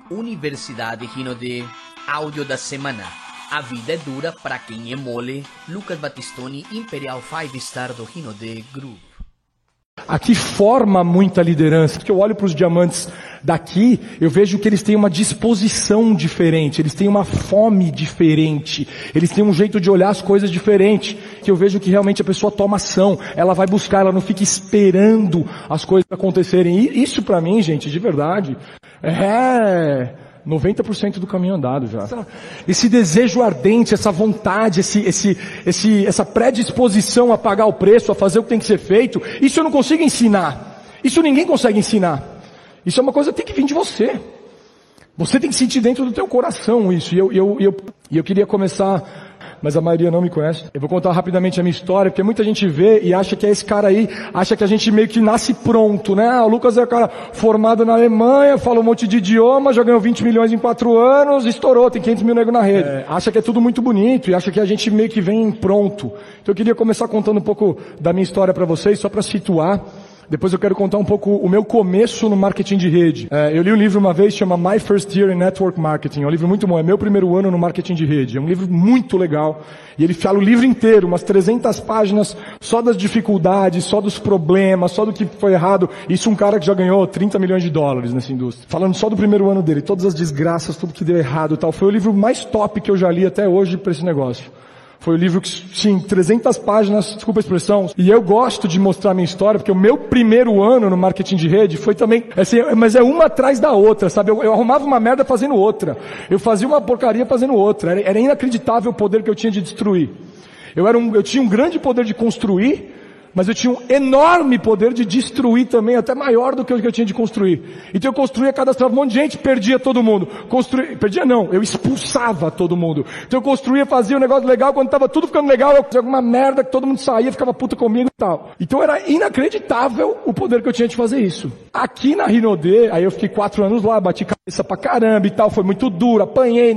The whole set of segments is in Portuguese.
Universidade Rinode, áudio da semana. A vida é dura pra quem é mole. Lucas Battistoni, Imperial 5-Star do Rinode Group. Aqui forma muita liderança, porque eu olho para os diamantes daqui, eu vejo que eles têm uma disposição diferente, eles têm uma fome diferente, eles têm um jeito de olhar as coisas diferente, que eu vejo que realmente a pessoa toma ação, ela vai buscar, ela não fica esperando as coisas acontecerem. E isso para mim, gente, de verdade, é 90% do caminho andado já. Esse desejo ardente, essa vontade, essa predisposição a pagar o preço, a fazer o que tem que ser feito, isso eu não consigo ensinar. Isso ninguém consegue ensinar. Isso é uma coisa que tem que vir de você. Você tem que sentir dentro do teu coração isso. E eu queria começar, mas a maioria não me conhece. Eu vou contar rapidamente a minha história, porque muita gente vê e acha que é esse cara aí, acha que a gente meio que nasce pronto, né? O Lucas é o cara formado na Alemanha, fala um monte de idioma, já ganhou 20 milhões em 4 anos, estourou, tem 500 mil negros na rede. Acha que é tudo muito bonito e acha que a gente meio que vem pronto. Então eu queria começar contando um pouco da minha história para vocês, só para situar. Depois eu quero contar um pouco o meu começo no marketing de rede. Eu li um livro uma vez, chama My First Year in Network Marketing. É um livro muito bom, é meu primeiro ano no marketing de rede. É um livro muito legal. E ele fala o livro inteiro, umas 300 páginas, só das dificuldades, só dos problemas, só do que foi errado. Isso um cara que já ganhou 30 milhões de dólares nessa indústria. Falando só do primeiro ano dele, todas as desgraças, tudo que deu errado e tal. Foi o livro mais top que eu já li até hoje para esse negócio. Foi o livro que tinha 300 páginas, desculpa a expressão, e eu gosto de mostrar a minha história, porque o meu primeiro ano no marketing de rede foi também, assim, mas é uma atrás da outra, sabe? Eu arrumava uma merda fazendo outra. Eu fazia uma porcaria fazendo outra. Era inacreditável o poder que eu tinha de destruir. Eu tinha um grande poder de construir, mas eu tinha um enorme poder de destruir também, até maior do que o que eu tinha de construir. Então eu construía, cadastrava um monte de gente, perdia todo mundo. Perdia não, eu expulsava todo mundo. Então eu construía, fazia um negócio legal, quando estava tudo ficando legal, eu fazia alguma merda que todo mundo saía, ficava puta comigo e tal. Então era inacreditável o poder que eu tinha de fazer isso. Aqui na Rinode, aí eu fiquei 4 anos lá, bati cabeça pra caramba e tal, foi muito duro, apanhei,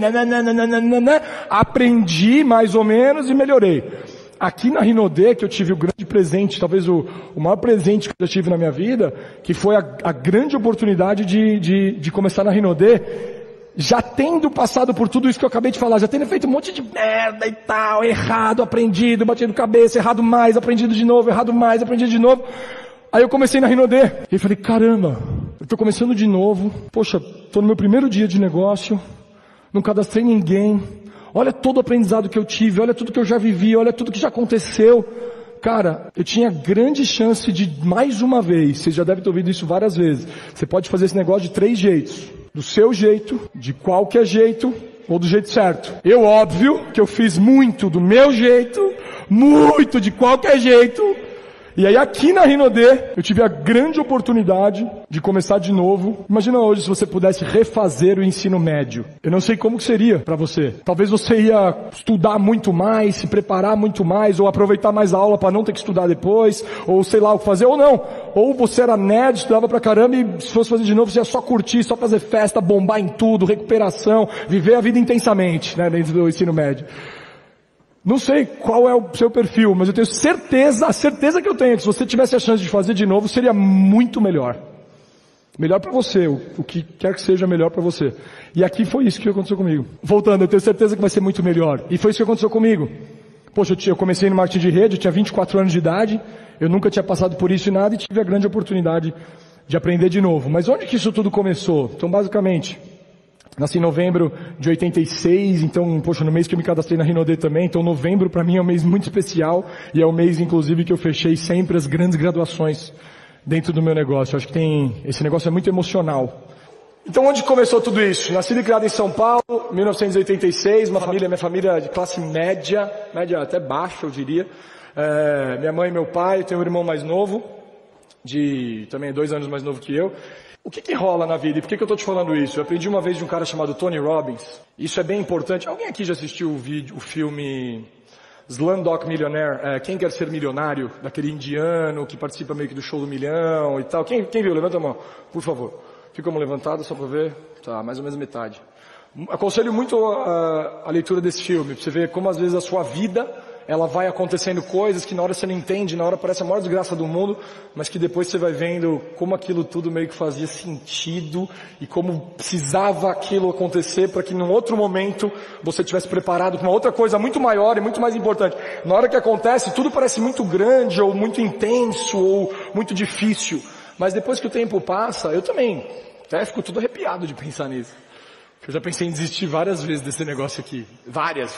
aprendi mais ou menos e melhorei. Aqui na Rinode, que eu tive o grande presente, talvez o maior presente que eu já tive na minha vida, que foi a grande oportunidade de começar na Rinode, já tendo passado por tudo isso que eu acabei de falar, já tendo feito um monte de merda e tal, errado, aprendido, batido cabeça, errado mais, aprendido de novo, errado mais, aprendido de novo. Aí eu comecei na Rinode, e falei, caramba, eu tô começando de novo, poxa, tô no meu primeiro dia de negócio, não cadastrei ninguém, olha todo o aprendizado que eu tive, olha tudo que eu já vivi, olha tudo que já aconteceu. Cara, eu tinha grande chance de, mais uma vez, você já deve ter ouvido isso várias vezes, você pode fazer esse negócio de 3 jeitos. Do seu jeito, de qualquer jeito, ou do jeito certo. Eu, óbvio, que eu fiz muito do meu jeito, muito de qualquer jeito. E aí aqui na Rinode, eu tive a grande oportunidade de começar de novo. Imagina hoje se você pudesse refazer o ensino médio. Eu não sei como que seria para você. Talvez você ia estudar muito mais, se preparar muito mais, ou aproveitar mais a aula para não ter que estudar depois, ou sei lá o que fazer, ou não. Ou você era nerd, estudava pra caramba e se fosse fazer de novo, você ia só curtir, só fazer festa, bombar em tudo, recuperação, viver a vida intensamente, né, dentro do ensino médio. Não sei qual é o seu perfil, mas eu tenho certeza, a certeza que eu tenho é que se você tivesse a chance de fazer de novo, seria muito melhor. Melhor para você, o que quer que seja melhor para você. E aqui foi isso que aconteceu comigo. Voltando, eu tenho certeza que vai ser muito melhor. E foi isso que aconteceu comigo. Poxa, eu comecei no marketing de rede, eu tinha 24 anos de idade, eu nunca tinha passado por isso e nada e tive a grande oportunidade de aprender de novo. Mas onde que isso tudo começou? Então, basicamente, nasci em novembro de 86, então, poxa, no mês que eu me cadastrei na Rinode também, então novembro para mim é um mês muito especial e é o mês, inclusive, que eu fechei sempre as grandes graduações dentro do meu negócio. Eu acho que esse negócio é muito emocional. Então, onde começou tudo isso? Nascido e criado em São Paulo, 1986, minha família de classe média até baixa, eu diria. Minha mãe e meu pai, eu tenho um irmão mais novo, também 2 anos mais novo que eu. O que rola na vida? E por que eu estou te falando isso? Eu aprendi uma vez de um cara chamado Tony Robbins. Isso é bem importante. Alguém aqui já assistiu o filme Slumdog Millionaire? Quem quer ser milionário? Daquele indiano que participa meio que do show do milhão e tal. Quem viu? Levanta a mão, por favor. Fica a mão levantada só para ver. Tá, mais ou menos metade. Aconselho muito a leitura desse filme. Pra você ver como às vezes a sua vida ela vai acontecendo coisas que na hora você não entende, na hora parece a maior desgraça do mundo, mas que depois você vai vendo como aquilo tudo meio que fazia sentido e como precisava aquilo acontecer para que num outro momento você tivesse preparado para uma outra coisa muito maior e muito mais importante. Na hora que acontece, tudo parece muito grande ou muito intenso ou muito difícil, mas depois que o tempo passa, eu também até fico todo arrepiado de pensar nisso. Eu já pensei em desistir várias vezes desse negócio aqui. Várias.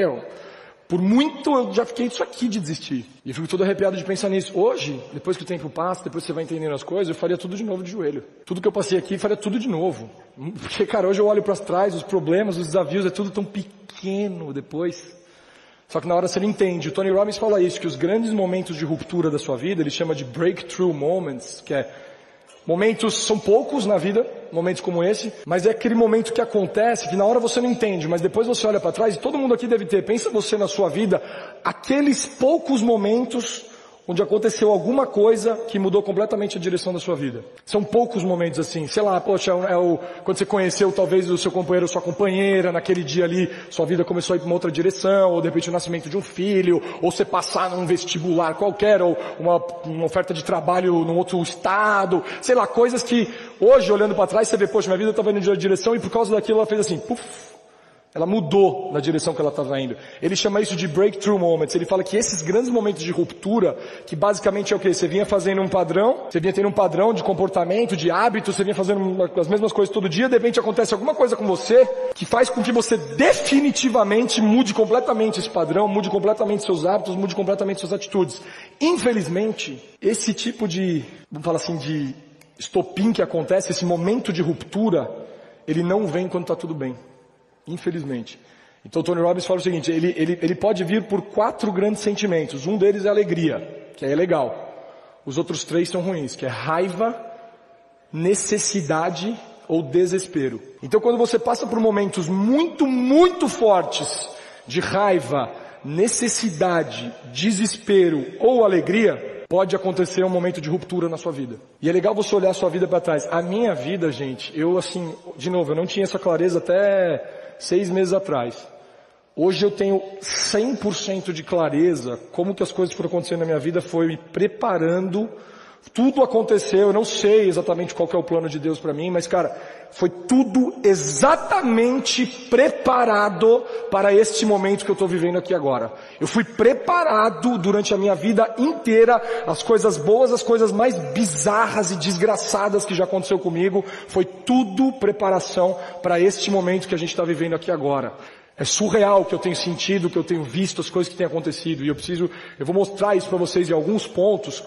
Por muito eu já fiquei isso aqui de desistir. E eu fico todo arrepiado de pensar nisso. Hoje, depois que o tempo passa, depois que você vai entendendo as coisas, eu faria tudo de novo de joelho. Tudo que eu passei aqui, faria tudo de novo. Porque, cara, hoje eu olho para trás, os problemas, os desafios, é tudo tão pequeno depois. Só que na hora você não entende. O Tony Robbins fala isso, que os grandes momentos de ruptura da sua vida, ele chama de breakthrough moments, que é momentos, são poucos na vida, momentos como esse, mas é aquele momento que acontece, que na hora você não entende, mas depois você olha para trás, e todo mundo aqui deve ter, pensa você na sua vida, aqueles poucos momentos onde aconteceu alguma coisa que mudou completamente a direção da sua vida. São poucos momentos assim, sei lá, poxa, quando você conheceu talvez o seu companheiro ou sua companheira, naquele dia ali, sua vida começou a ir para uma outra direção, ou de repente o nascimento de um filho, ou você passar num vestibular qualquer, ou uma oferta de trabalho num outro estado, sei lá, coisas que hoje, olhando para trás, você vê, poxa, minha vida estava indo em direção e por causa daquilo ela fez assim, puf, ela mudou na direção que ela estava indo. Ele chama isso de breakthrough moments. Ele fala que esses grandes momentos de ruptura, que basicamente é o quê? Você vinha fazendo um padrão, você vinha tendo um padrão de comportamento, de hábito, você vinha fazendo as mesmas coisas todo dia, de repente acontece alguma coisa com você, que faz com que você definitivamente mude completamente esse padrão, mude completamente seus hábitos, mude completamente suas atitudes. Infelizmente, esse tipo de, vamos falar assim, de estopim que acontece, esse momento de ruptura, ele não vem quando está tudo bem. Infelizmente. Então Tony Robbins fala o seguinte, ele pode vir por 4 grandes sentimentos. Um deles é alegria, que é legal. Os outros 3 são ruins, que é raiva, necessidade ou desespero. Então quando você passa por momentos muito, muito fortes de raiva, necessidade, desespero ou alegria, pode acontecer um momento de ruptura na sua vida. E é legal você olhar a sua vida para trás. A minha vida, gente, eu assim, de novo, eu não tinha essa clareza até 6 meses atrás. Hoje eu tenho 100% de clareza como que as coisas foram acontecendo na minha vida, foi me preparando, tudo aconteceu, eu não sei exatamente qual que é o plano de Deus para mim, mas cara, foi tudo exatamente preparado para este momento que eu estou vivendo aqui agora. Eu fui preparado durante a minha vida inteira, as coisas boas, as coisas mais bizarras e desgraçadas que já aconteceu comigo, foi tudo preparação para este momento que a gente está vivendo aqui agora. É surreal o que eu tenho sentido, o que eu tenho visto, as coisas que têm acontecido, e eu vou mostrar isso para vocês em alguns pontos,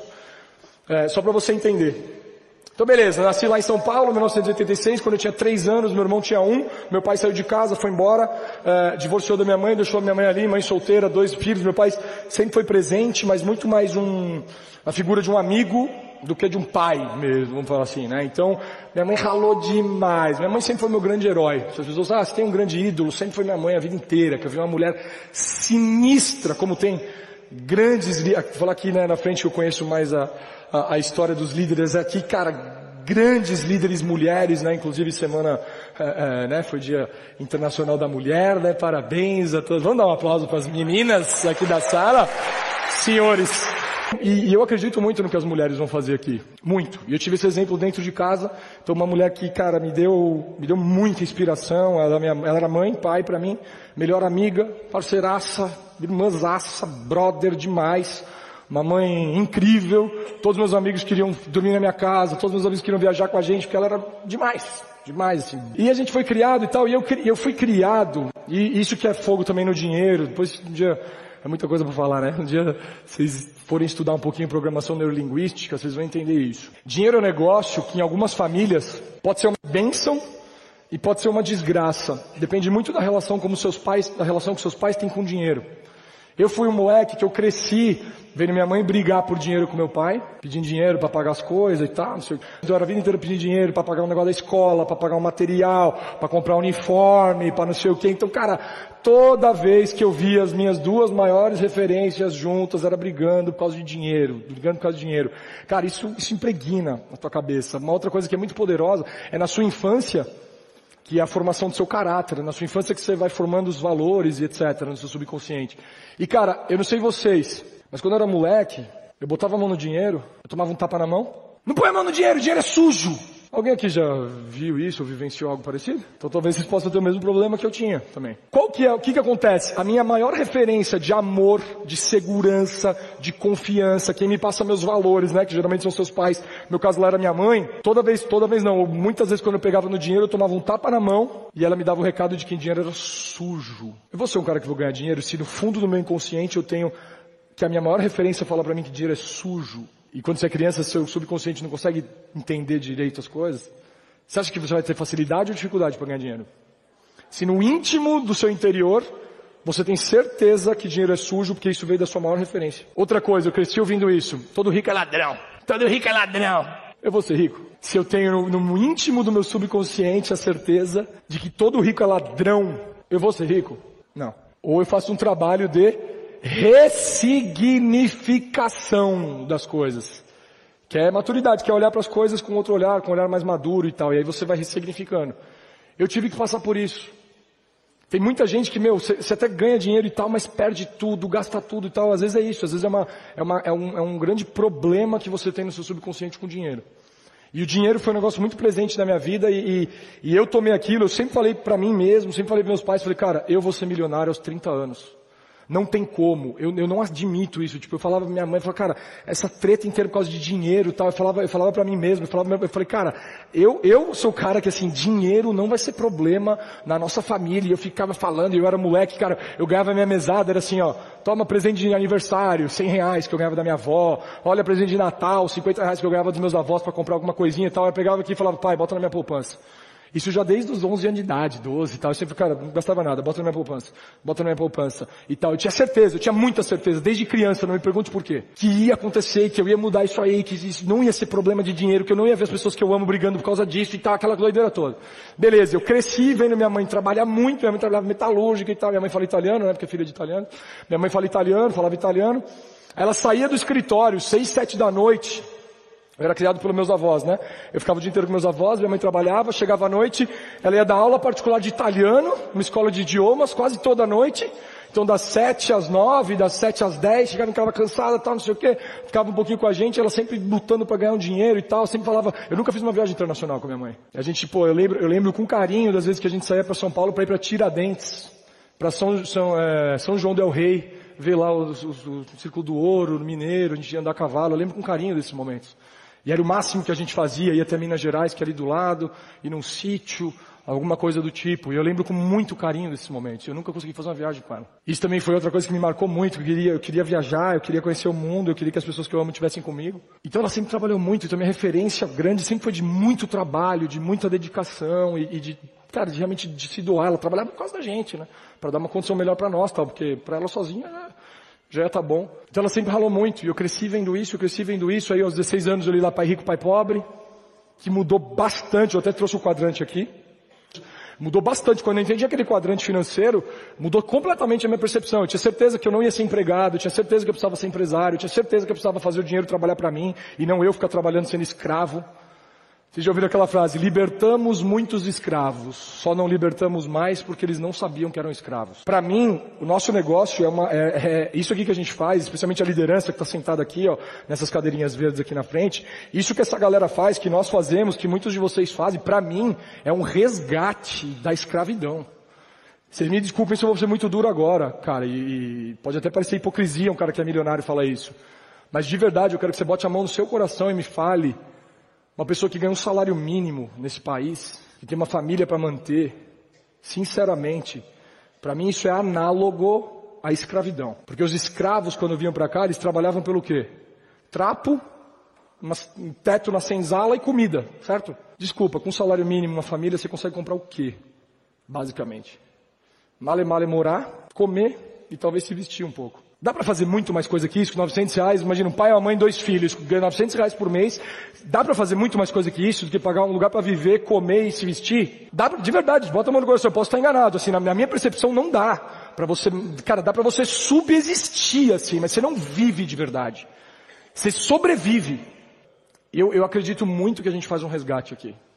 só para você entender. Então beleza, nasci lá em São Paulo, em 1986, quando eu tinha 3 anos, meu irmão tinha 1, meu pai saiu de casa, foi embora, divorciou da minha mãe, deixou a minha mãe ali, mãe solteira, 2 filhos, meu pai sempre foi presente, mas muito mais a figura de um amigo do que de um pai mesmo, vamos falar assim, né? Então, minha mãe ralou demais, minha mãe sempre foi meu grande herói. As pessoas, você tem um grande ídolo, sempre foi minha mãe a vida inteira, que eu vi uma mulher sinistra, como tem grandes, vou falar aqui, né, na frente que eu conheço mais a história dos líderes aqui, cara, grandes líderes mulheres, né, inclusive semana, né, foi Dia Internacional da Mulher, né, parabéns a todos, vamos dar um aplauso para as meninas aqui da sala, senhores. E eu acredito muito no que as mulheres vão fazer aqui, muito. E eu tive esse exemplo dentro de casa, então uma mulher que, cara, me deu muita inspiração, ela era mãe, pai pra mim, melhor amiga, parceiraça, irmãzaça, brother demais, uma mãe incrível, todos meus amigos queriam dormir na minha casa, todos meus amigos queriam viajar com a gente, porque ela era demais, assim. E a gente foi criado e tal, e eu fui criado, e isso que é fogo também no dinheiro, depois um dia, é muita coisa para falar, né? Um dia vocês forem estudar um pouquinho programação neurolinguística, vocês vão entender isso. Dinheiro é um negócio que em algumas famílias pode ser uma bênção e pode ser uma desgraça. Depende muito da relação que seus pais têm com o dinheiro. Eu fui um moleque que eu cresci vendo minha mãe brigar por dinheiro com meu pai, pedindo dinheiro para pagar as coisas e tal, não sei o que. Eu era a vida inteira pedindo dinheiro para pagar um negócio da escola, para pagar um material, para comprar um uniforme, para não sei o que. Então, cara, toda vez que eu via as minhas 2 maiores referências juntas, era brigando por causa de dinheiro, Cara, isso impregna na tua cabeça. Uma outra coisa que é muito poderosa é na sua infância, que é a formação do seu caráter, na sua infância que você vai formando os valores e etc, no seu subconsciente. E cara, eu não sei vocês, mas quando eu era moleque, eu botava a mão no dinheiro, eu tomava um tapa na mão. Não põe a mão no dinheiro, o dinheiro é sujo! Alguém aqui já viu isso ou vivenciou algo parecido? Então talvez vocês possam ter o mesmo problema que eu tinha também. O que acontece? A minha maior referência de amor, de segurança, de confiança, quem me passa meus valores, né, que geralmente são seus pais, no meu caso lá era minha mãe, toda vez não, muitas vezes quando eu pegava no dinheiro eu tomava um tapa na mão e ela me dava o recado de que dinheiro era sujo. Eu vou ser um cara que vou ganhar dinheiro se no fundo do meu inconsciente eu tenho que a minha maior referência fala pra mim que dinheiro é sujo. E quando você é criança, seu subconsciente não consegue entender direito as coisas. Você acha que você vai ter facilidade ou dificuldade para ganhar dinheiro? Se no íntimo do seu interior, você tem certeza que dinheiro é sujo, porque isso veio da sua maior referência. Outra coisa, eu cresci ouvindo isso. Todo rico é ladrão. Todo rico é ladrão. Eu vou ser rico. Se eu tenho no íntimo do meu subconsciente a certeza de que todo rico é ladrão, eu vou ser rico? Não. Ou eu faço um trabalho de ressignificação das coisas, que é maturidade, que é olhar para as coisas com outro olhar, com um olhar mais maduro e tal, e aí você vai ressignificando. Eu tive que passar por isso. Tem muita gente que, você até ganha dinheiro e tal, mas perde tudo, gasta tudo e tal, às vezes é isso, às vezes é um grande problema que você tem no seu subconsciente com o dinheiro. E o dinheiro foi um negócio muito presente na minha vida e eu tomei aquilo, eu sempre falei para mim mesmo, sempre falei para meus pais, falei, cara, eu vou ser milionário aos 30 anos. Não tem como, eu não admito isso, eu falava pra minha mãe, cara, essa treta inteira por causa de dinheiro e tal, eu falava pra mim mesmo, eu falei, cara, eu sou o cara que assim, dinheiro não vai ser problema na nossa família, e eu ficava falando, eu era moleque, cara, eu ganhava minha mesada, era assim, ó, toma presente de aniversário, R$100 que eu ganhava da minha avó, olha presente de Natal, R$50 que eu ganhava dos meus avós pra comprar alguma coisinha e tal, eu pegava aqui e falava, pai, bota na minha poupança. Isso já desde os 11 anos de idade, 12 e tal. Eu sempre, cara, não gastava nada, bota na minha poupança e tal. Eu tinha certeza, eu tinha muita certeza, desde criança, não me pergunte por quê. Que ia acontecer, que eu ia mudar isso aí, que isso não ia ser problema de dinheiro, que eu não ia ver as pessoas que eu amo brigando por causa disso e tal, aquela doideira toda. Beleza, eu cresci vendo minha mãe trabalhar muito, minha mãe trabalhava metalúrgica e tal, minha mãe fala italiano, né, porque é filha de italiano. Minha mãe fala italiano, falava italiano. Ela saía do escritório, 6, 7 da noite. Eu era criado pelos meus avós, né? Eu ficava o dia inteiro com meus avós, minha mãe trabalhava, chegava à noite, ela ia dar aula particular de italiano, uma escola de idiomas, quase toda noite. Então das 7 às 9, das 7 às 10, chegava em casa cansada, tal, não sei o quê, ficava um pouquinho com a gente, ela sempre lutando para ganhar um dinheiro e tal, sempre falava, eu nunca fiz uma viagem internacional com a minha mãe. A gente, eu lembro com carinho das vezes que a gente saía para São Paulo para ir para Tiradentes, para São João del Rei, ver lá o Círculo do Ouro, no Mineiro, a gente ia andar a cavalo, eu lembro com carinho desses momentos. E era o máximo que a gente fazia, ia até Minas Gerais, que é ali do lado, ir num sítio, alguma coisa do tipo. E eu lembro com muito carinho desses momentos. Eu nunca consegui fazer uma viagem com ela. Isso também foi outra coisa que me marcou muito. Eu queria viajar, eu queria conhecer o mundo, eu queria que as pessoas que eu amo estivessem comigo. Então ela sempre trabalhou muito, então minha referência grande sempre foi de muito trabalho, de muita dedicação e de realmente de se doar. Ela trabalhava por causa da gente, né? Para dar uma condição melhor para nós, tal, porque para ela sozinha já ia tá bom. Então ela sempre ralou muito, e eu cresci vendo isso, aí aos 16 anos eu li lá Pai Rico, Pai Pobre, que mudou bastante, eu até trouxe o quadrante aqui, mudou bastante, quando eu entendi aquele quadrante financeiro, mudou completamente a minha percepção, eu tinha certeza que eu não ia ser empregado, eu tinha certeza que eu precisava ser empresário, eu tinha certeza que eu precisava fazer o dinheiro trabalhar para mim, e não eu ficar trabalhando sendo escravo. Vocês já ouviram aquela frase, libertamos muitos escravos, só não libertamos mais porque eles não sabiam que eram escravos. Para mim, o nosso negócio é isso aqui que a gente faz, especialmente a liderança que está sentada aqui, ó, nessas cadeirinhas verdes aqui na frente, isso que essa galera faz, que nós fazemos, que muitos de vocês fazem, para mim, é um resgate da escravidão. Vocês me desculpem se eu vou ser muito duro agora, cara, e pode até parecer hipocrisia um cara que é milionário falar isso, mas de verdade eu quero que você bote a mão no seu coração e me fale. Uma pessoa que ganha um salário mínimo nesse país, que tem uma família para manter, sinceramente, para mim isso é análogo à escravidão. Porque os escravos, quando vinham para cá, eles trabalhavam pelo quê? Trapo, um teto na senzala e comida, certo? Desculpa, com um salário mínimo, uma família, você consegue comprar o quê? Basicamente. Male morar, comer e talvez se vestir um pouco. Dá para fazer muito mais coisa que isso, com R$900, imagina um pai, uma mãe, 2 filhos, ganhando R$900 por mês. Dá para fazer muito mais coisa que isso, do que pagar um lugar para viver, comer e se vestir? Dá de verdade, bota a mão no coração, eu posso estar enganado, assim, na minha percepção não dá para você, cara, dá para você subsistir assim, mas você não vive de verdade. Você sobrevive. Eu acredito muito que a gente faz um resgate aqui.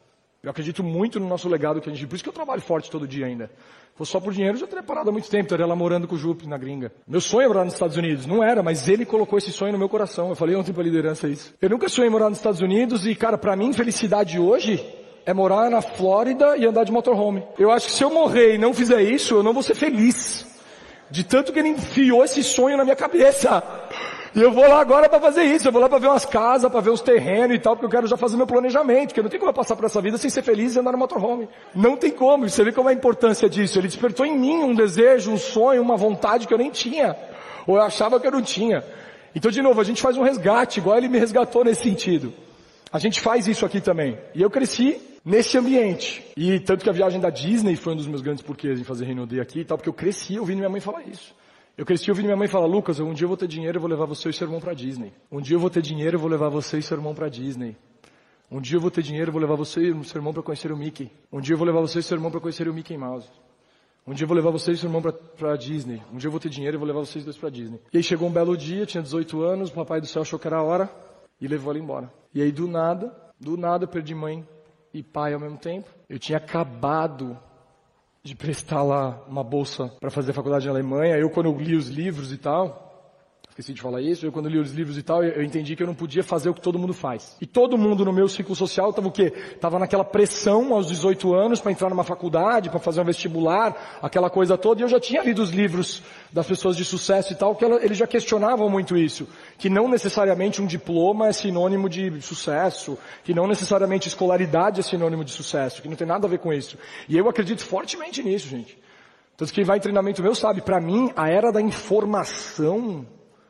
Eu acredito muito no nosso legado que a gente... Por isso que eu trabalho forte todo dia ainda. Se fosse só por dinheiro, eu já teria parado há muito tempo. Estaria lá morando com o Jupe na gringa. Meu sonho é morar nos Estados Unidos. Não era, mas ele colocou esse sonho no meu coração. Eu falei ontem pra liderança isso. Eu nunca sonhei em morar nos Estados Unidos e, cara, pra mim, felicidade hoje é morar na Flórida e andar de motorhome. Eu acho que se eu morrer e não fizer isso, eu não vou ser feliz. De tanto que ele enfiou esse sonho na minha cabeça. E eu vou lá agora para fazer isso, eu vou lá para ver umas casas, para ver uns terrenos e tal, porque eu quero já fazer meu planejamento, porque não tem como eu passar por essa vida sem ser feliz e andar no motorhome. Não tem como, você vê como é a importância disso. Ele despertou em mim um desejo, um sonho, uma vontade que eu nem tinha, ou eu achava que eu não tinha. Então, de novo, a gente faz um resgate, igual ele me resgatou nesse sentido. A gente faz isso aqui também. E eu cresci nesse ambiente. E tanto que a viagem da Disney foi um dos meus grandes porquês em fazer Reino Day aqui e tal, porque eu cresci ouvindo minha mãe falar isso. Eu cresci ouvindo minha mãe falar, Lucas, um dia eu vou ter dinheiro, eu vou levar você e seu irmão pra Disney. Um dia eu vou ter dinheiro, eu vou levar você e seu irmão pra Disney. Um dia eu vou ter dinheiro, eu vou levar você e seu irmão pra conhecer o Mickey. Um dia eu vou levar você e seu irmão pra conhecer o Mickey Mouse. Um dia eu vou levar você e seu irmão pra Disney. Um dia eu vou ter dinheiro, eu vou levar vocês dois pra Disney. E aí chegou um belo dia, tinha 18 anos, o papai do céu achou que era a hora e levou ela embora. E aí do nada eu perdi mãe e pai ao mesmo tempo. Eu tinha acabado de prestar lá uma bolsa para fazer faculdade na Alemanha. Eu, quando eu li os livros e tal, esqueci de falar isso, quando eu li os livros e tal, eu entendi que eu não podia fazer o que todo mundo faz. E todo mundo no meu ciclo social estava o quê? Tava naquela pressão aos 18 anos para entrar numa faculdade, para fazer um vestibular, aquela coisa toda. E eu já tinha lido os livros das pessoas de sucesso e tal, que eles já questionavam muito isso. Que não necessariamente um diploma é sinônimo de sucesso, que não necessariamente escolaridade é sinônimo de sucesso, que não tem nada a ver com isso. E eu acredito fortemente nisso, gente. Então, quem vai em treinamento meu sabe, para mim, a era da informação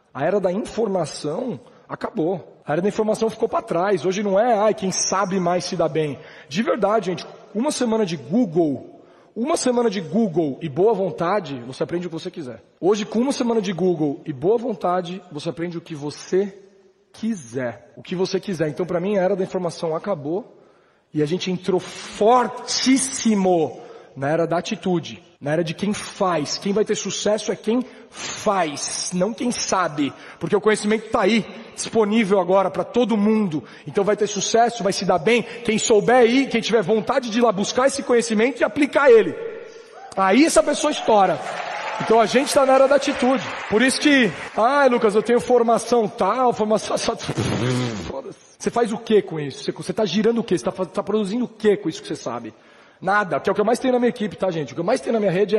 acabou. A era da informação ficou para trás. Hoje não é, quem sabe mais se dá bem. De verdade, gente, uma semana de Google e boa vontade, você aprende o que você quiser. Hoje, com uma semana de Google e boa vontade, você aprende o que você quiser. O que você quiser. Então, para mim, a era da informação acabou e a gente entrou fortíssimo na era da atitude, na era de quem faz. Quem vai ter sucesso é quem faz, não quem sabe. Porque o conhecimento está aí, disponível agora para todo mundo. Então vai ter sucesso, vai se dar bem. Quem souber ir, quem tiver vontade de ir lá buscar esse conhecimento e aplicar ele. Aí essa pessoa estoura. Então a gente está na era da atitude. Por isso que, Lucas, eu tenho formação tal, formação... Você faz o que com isso? Você está girando o que? Você está produzindo o que com isso que você sabe? Nada, que é o que eu mais tenho na minha equipe, tá, gente? O que eu mais tenho na minha rede é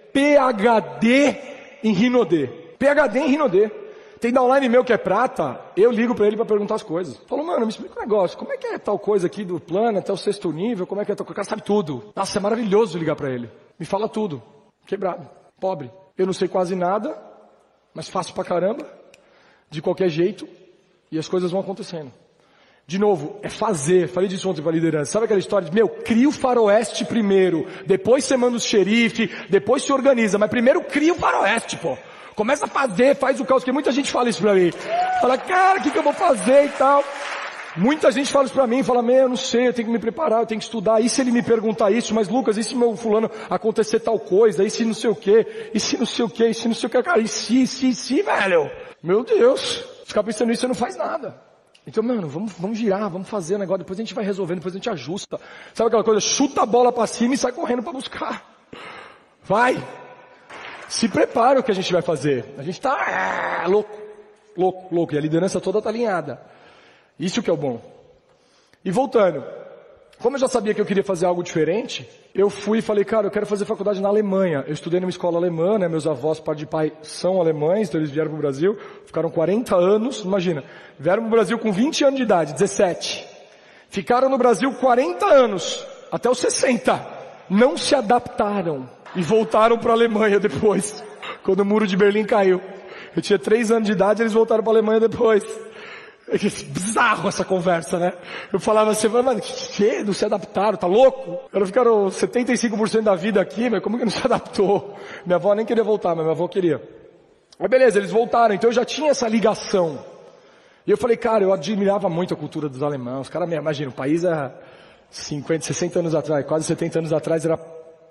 PhD em Rinode. PhD em Rinode. Tem downline meu que é prata, eu ligo pra ele pra perguntar as coisas. Falo, mano, me explica um negócio, como é que é tal coisa aqui do plano até o 6º nível, como é que é tal coisa? O cara sabe tudo. Nossa, é maravilhoso ligar pra ele. Me fala tudo. Quebrado, pobre. Eu não sei quase nada, mas faço pra caramba, de qualquer jeito, e as coisas vão acontecendo. De novo, é fazer. Falei disso ontem para a liderança. Sabe aquela história de, cria o faroeste primeiro, depois você manda o xerife, depois se organiza, mas primeiro cria o faroeste, pô. Começa a fazer, faz o caos, porque muita gente fala isso pra mim. Fala, cara, o que eu vou fazer e tal. Muita gente fala isso pra mim, fala, eu não sei, eu tenho que me preparar, eu tenho que estudar. E se ele me perguntar isso, mas Lucas, e se meu fulano acontecer tal coisa, e se não sei o quê, e se não sei o quê, e se não sei o quê, cara, e se, velho. Meu Deus, ficar pensando nisso, você não faz nada. Então, mano, vamos girar, vamos fazer o negócio, depois a gente vai resolvendo, depois a gente ajusta. Sabe aquela coisa, chuta a bola pra cima e sai correndo pra buscar. Vai! Se prepara o que a gente vai fazer. A gente tá louco. E a liderança toda tá alinhada. Isso que é o bom. E voltando. Como eu já sabia que eu queria fazer algo diferente, eu fui e falei, cara, eu quero fazer faculdade na Alemanha. Eu estudei numa escola alemã, né? Meus avós, pai de pai, são alemães, então eles vieram pro Brasil, ficaram 40 anos, imagina, vieram pro Brasil com 20 anos de idade, 17. Ficaram no Brasil 40 anos, até os 60. Não se adaptaram e voltaram para a Alemanha depois, quando o muro de Berlim caiu. Eu tinha 3 anos de idade, eles voltaram para a Alemanha depois. É bizarro essa conversa, né? Eu falava assim, mano, que não se adaptaram, tá louco? Eles ficaram 75% da vida aqui, mas como que não se adaptou? Minha avó nem queria voltar, mas minha avó queria. Mas beleza, eles voltaram, então eu já tinha essa ligação. E eu falei, cara, eu admirava muito a cultura dos alemães. Os caras, imagina, o país era 50, 60 anos atrás, quase 70 anos atrás, era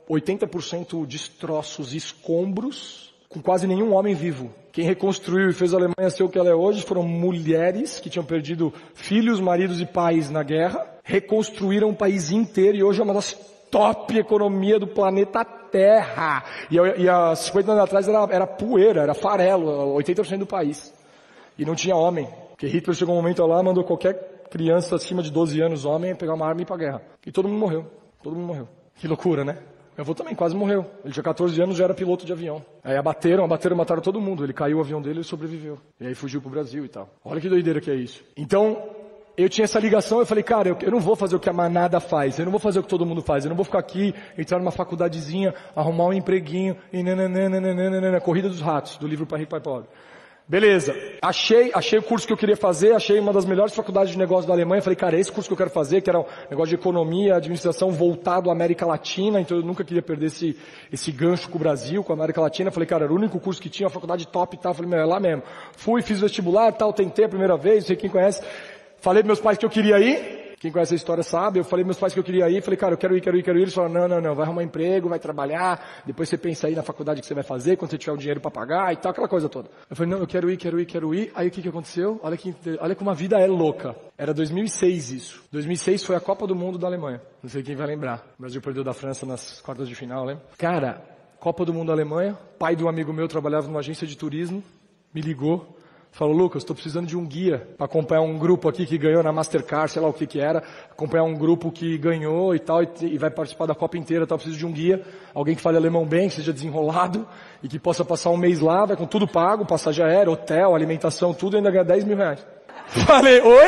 80% destroços e escombros, com quase nenhum homem vivo. Quem reconstruiu e fez a Alemanha ser o que ela é hoje foram mulheres que tinham perdido filhos, maridos e pais na guerra, reconstruíram um país inteiro e hoje é uma das top economia do planeta Terra. E há 50 anos atrás era poeira, era farelo, 80% do país. E não tinha homem. Porque Hitler chegou um momento lá, mandou qualquer criança acima de 12 anos, homem, pegar uma arma e ir pra guerra. E todo mundo morreu. Todo mundo morreu. Que loucura, né? Meu avô também quase morreu. Ele tinha 14 anos, já era piloto de avião. Aí abateram, mataram todo mundo. Ele caiu o avião dele e sobreviveu. E aí fugiu pro Brasil e tal. Olha que doideira que é isso. Então, eu tinha essa ligação, eu falei, cara, eu não vou fazer o que a manada faz, eu não vou fazer o que todo mundo faz, eu não vou ficar aqui, entrar numa faculdadezinha, arrumar um empreguinho, e corrida dos ratos, do livro Pai Rico, Pai Pobre. Beleza, achei o curso que eu queria fazer, achei uma das melhores faculdades de negócio da Alemanha, falei, cara, é esse curso que eu quero fazer, que era um negócio de economia, administração voltado à América Latina, então eu nunca queria perder esse gancho com o Brasil, com a América Latina, falei, cara, era o único curso que tinha, uma faculdade top e tal, falei, meu, é lá mesmo. Fui, fiz vestibular, tal, tentei a primeira vez, não sei quem conhece, falei pros meus pais que eu queria ir, quem conhece a história sabe, eu falei pros meus pais que eu queria ir, falei, cara, eu quero ir, eles falaram, não, vai arrumar emprego, vai trabalhar, depois você pensa aí na faculdade que você vai fazer, quando você tiver o dinheiro para pagar e tal, aquela coisa toda. Eu falei, não, eu quero ir, aí o que aconteceu? Olha como a vida é louca. Era 2006 isso. 2006 foi a Copa do Mundo da Alemanha, não sei quem vai lembrar. O Brasil perdeu da França nas quartas de final, lembra? Cara, Copa do Mundo da Alemanha, pai de um amigo meu trabalhava numa agência de turismo, me ligou, falou, Lucas, estou precisando de um guia para acompanhar um grupo aqui que ganhou na Mastercard, sei lá o que era, acompanhar um grupo que ganhou e tal, e vai participar da Copa inteira, tal, preciso de um guia, alguém que fale alemão bem, que seja desenrolado, e que possa passar um mês lá, vai com tudo pago, passagem aérea, hotel, alimentação, tudo, e ainda ganha 10 mil reais. Falei, oi?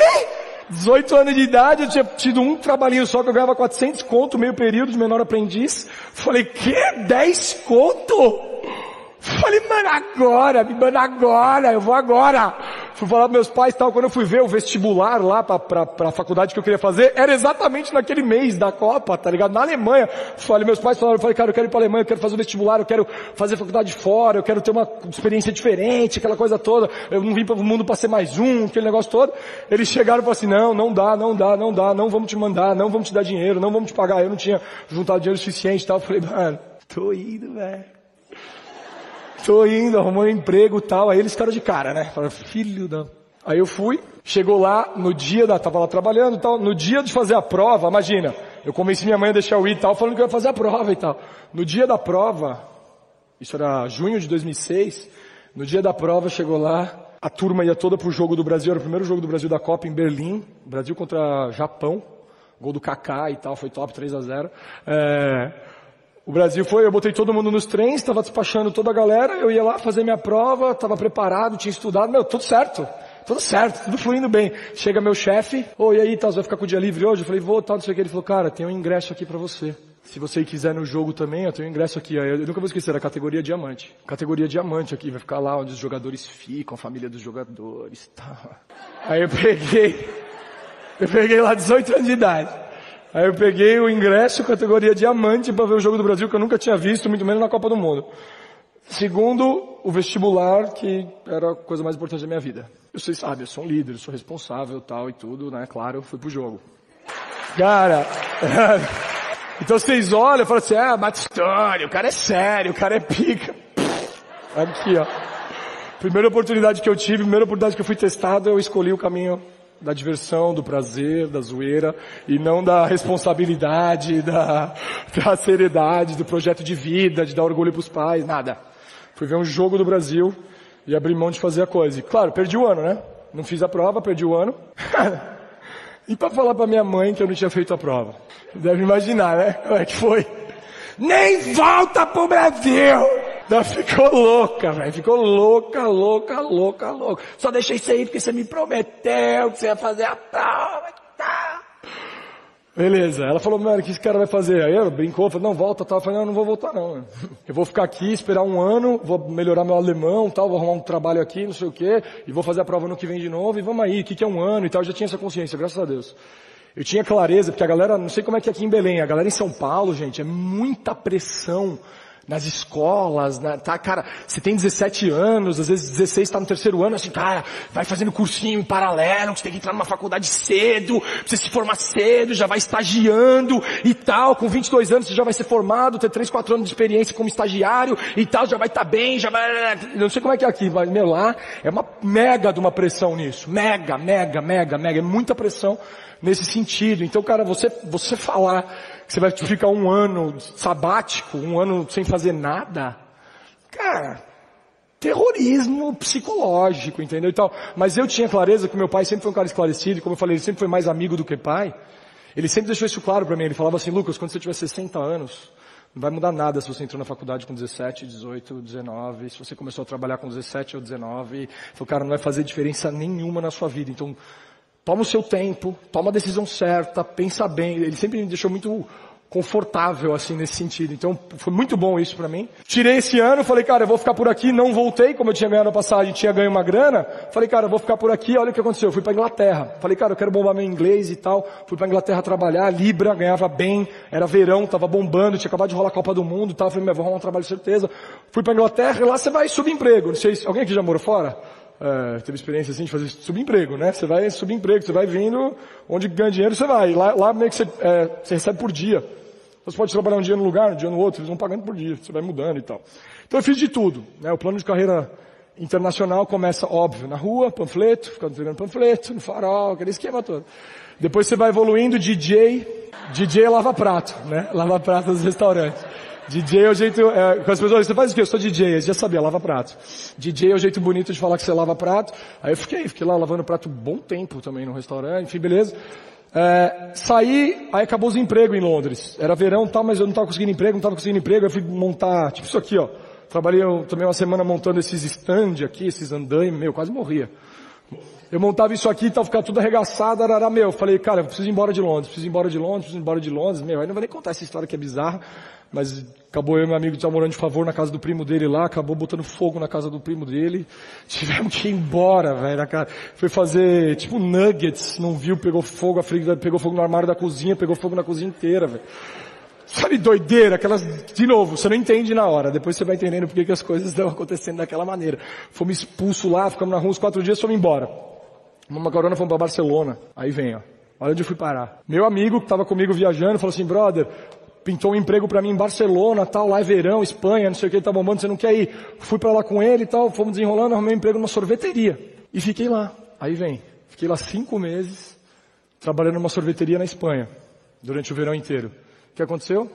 18 anos de idade, eu tinha tido um trabalhinho só que eu ganhava 400 conto, meio período de menor aprendiz. Falei, que? 10 conto? Falei, mano, agora, eu vou agora. Fui falar pros meus pais e tal, quando eu fui ver o vestibular lá pra faculdade que eu queria fazer, era exatamente naquele mês da Copa, tá ligado? Na Alemanha. Falei, meus pais falaram, cara, eu quero ir pra Alemanha, eu quero fazer o vestibular, eu quero fazer faculdade fora, eu quero ter uma experiência diferente, aquela coisa toda. Eu não vim pro mundo pra ser mais um, aquele negócio todo. Eles chegaram e falaram assim, não dá, não vamos te mandar, não vamos te dar dinheiro, não vamos te pagar. Eu não tinha juntado dinheiro suficiente e tal. Eu falei, mano, tô indo, velho. Tô indo, arrumando um emprego e tal. Aí eles ficaram de cara, né? Falaram, filho da... Aí eu fui, chegou lá, no dia tava lá trabalhando e tal, no dia de fazer a prova, imagina, eu convenci minha mãe a deixar eu ir e tal, falando que eu ia fazer a prova e tal. No dia da prova, isso era junho de 2006, no dia da prova chegou lá, a turma ia toda pro jogo do Brasil, era o primeiro jogo do Brasil da Copa em Berlim, Brasil contra Japão, gol do Kaká e tal, foi top, 3-0. O Brasil foi, eu botei todo mundo nos trens, estava despachando toda a galera, eu ia lá fazer minha prova, estava preparado, tinha estudado, tudo certo, tudo fluindo bem. Chega meu chefe, e aí, tal, você vai ficar com o dia livre hoje? Eu falei, vou, tal, não sei o que. Ele falou, cara, tem um ingresso aqui pra você. Se você quiser no jogo também, eu tenho um ingresso aqui. Aí eu nunca vou esquecer, era categoria diamante. Categoria diamante aqui, vai ficar lá onde os jogadores ficam, a família dos jogadores, tal. Aí eu peguei lá 18 anos de idade. Aí eu peguei o ingresso, categoria diamante, para ver o jogo do Brasil, que eu nunca tinha visto, muito menos na Copa do Mundo. Segundo, o vestibular, que era a coisa mais importante da minha vida. Vocês sabem, eu sou um líder, eu sou responsável, tal e tudo, né? Claro, eu fui pro jogo. Cara, então vocês olham e falam assim, Batistoni, o cara é sério, o cara é pica. Aqui, ó. Primeira oportunidade que eu tive, primeira oportunidade que eu fui testado, eu escolhi o caminho da diversão, do prazer, da zoeira, e não da responsabilidade, da seriedade, do projeto de vida, de dar orgulho pros pais, nada. Fui ver um jogo do Brasil e abri mão de fazer a coisa. E claro, perdi o ano, né? Não fiz a prova, perdi o ano. E pra falar pra minha mãe que eu não tinha feito a prova. Deve imaginar, né? Como é que foi? Nem volta pro Brasil! Ela ficou louca, velho. Ficou louca. Só deixei isso aí porque você me prometeu que você ia fazer a prova. Beleza. Ela falou, mano, o que esse cara vai fazer? Aí ela brincou, falou, não, volta, tal. Eu falei, não vou voltar não. Eu vou ficar aqui, esperar um ano, vou melhorar meu alemão, tal, vou arrumar um trabalho aqui, não sei o quê, e vou fazer a prova no que vem de novo, e vamos aí, o que é um ano e tal. Eu já tinha essa consciência, graças a Deus. Eu tinha clareza, porque a galera, não sei como é que é aqui em Belém, a galera em São Paulo, gente, é muita pressão nas escolas, tá, cara, você tem 17 anos, às vezes 16 tá no terceiro ano, assim, cara, vai fazendo cursinho em paralelo, você tem que entrar numa faculdade cedo, precisa se formar cedo, já vai estagiando e tal, com 22 anos você já vai ser formado, ter 3, 4 anos de experiência como estagiário e tal, já vai estar bem, já vai, eu não sei como é que é aqui, mas meu, lá é uma mega de uma pressão nisso, mega, é muita pressão nesse sentido. Então, cara, você falar que você vai ficar um ano sabático, um ano sem fazer nada, cara, terrorismo psicológico, entendeu? E tal. Mas eu tinha clareza que meu pai sempre foi um cara esclarecido, como eu falei, ele sempre foi mais amigo do que pai. Ele sempre deixou isso claro pra mim, ele falava assim, Lucas, quando você tiver 60 anos, não vai mudar nada se você entrou na faculdade com 17, 18, 19, se você começou a trabalhar com 17 ou 19, ele falou, cara, não vai fazer diferença nenhuma na sua vida, então toma o seu tempo, toma a decisão certa, pensa bem. Ele sempre me deixou muito confortável, assim, nesse sentido. Então, foi muito bom isso pra mim. Tirei esse ano, falei, cara, eu vou ficar por aqui. Não voltei, como eu tinha ganhado a passagem, tinha ganho uma grana. Falei, cara, eu vou ficar por aqui. Olha o que aconteceu. Eu fui pra Inglaterra. Falei, cara, eu quero bombar meu inglês e tal. Fui pra Inglaterra trabalhar, Libra, ganhava bem. Era verão, tava bombando, tinha acabado de rolar a Copa do Mundo e tal. Falei, vou arrumar um trabalho de certeza. Fui pra Inglaterra e lá você vai subemprego. Não sei se alguém aqui já morou fora? Teve experiência assim de fazer subemprego, né? Você vai subemprego, você vai vindo, onde ganha dinheiro você vai. Lá meio que você recebe por dia. Você pode trabalhar um dia no lugar, um dia no outro, eles vão pagando por dia, você vai mudando e tal. Então eu fiz de tudo, né? O plano de carreira internacional começa, óbvio, na rua, panfleto, ficando entregando panfleto, no farol, aquele esquema todo. Depois você vai evoluindo, DJ é lava-prato, né? Lava-prato dos restaurantes. DJ é o jeito, com as pessoas, você faz o quê? Eu sou DJ, eles já sabia, lava prato. DJ é o jeito bonito de falar que você lava prato. Aí eu fiquei lá lavando prato um bom tempo também no restaurante, enfim, beleza. Saí, aí acabou os empregos em Londres. Era verão e tal, mas eu não tava conseguindo emprego, aí eu fui montar, tipo isso aqui, ó. Trabalhei também uma semana montando esses stand aqui, esses andaimes, quase morria. Eu montava isso aqui e tal, ficava tudo arregaçado, eu falei, cara, eu preciso ir embora de Londres, aí não vou nem contar essa história que é bizarra, mas acabou eu e meu amigo que morando de favor na casa do primo dele lá, acabou botando fogo na casa do primo dele, tivemos que ir embora, velho, foi fazer, tipo, nuggets, não viu, pegou fogo, pegou fogo no armário da cozinha, pegou fogo na cozinha inteira, velho. Sabe, doideira, aquelas, de novo, você não entende na hora, depois você vai entendendo por que as coisas estão acontecendo daquela maneira. Fomos expulsos lá, ficamos na rua uns 4 dias, fomos embora. Uma carona, fomos pra Barcelona, aí vem, ó, olha onde eu fui parar. Meu amigo que estava comigo viajando, falou assim, brother, pintou um emprego pra mim em Barcelona, tal, lá é verão, Espanha, não sei o que, tá bombando, você não quer ir? Fui pra lá com ele e tal, fomos desenrolando, arrumei um emprego numa sorveteria. E fiquei lá, aí vem, fiquei lá 5 meses, trabalhando numa sorveteria na Espanha, durante o verão inteiro. O que aconteceu?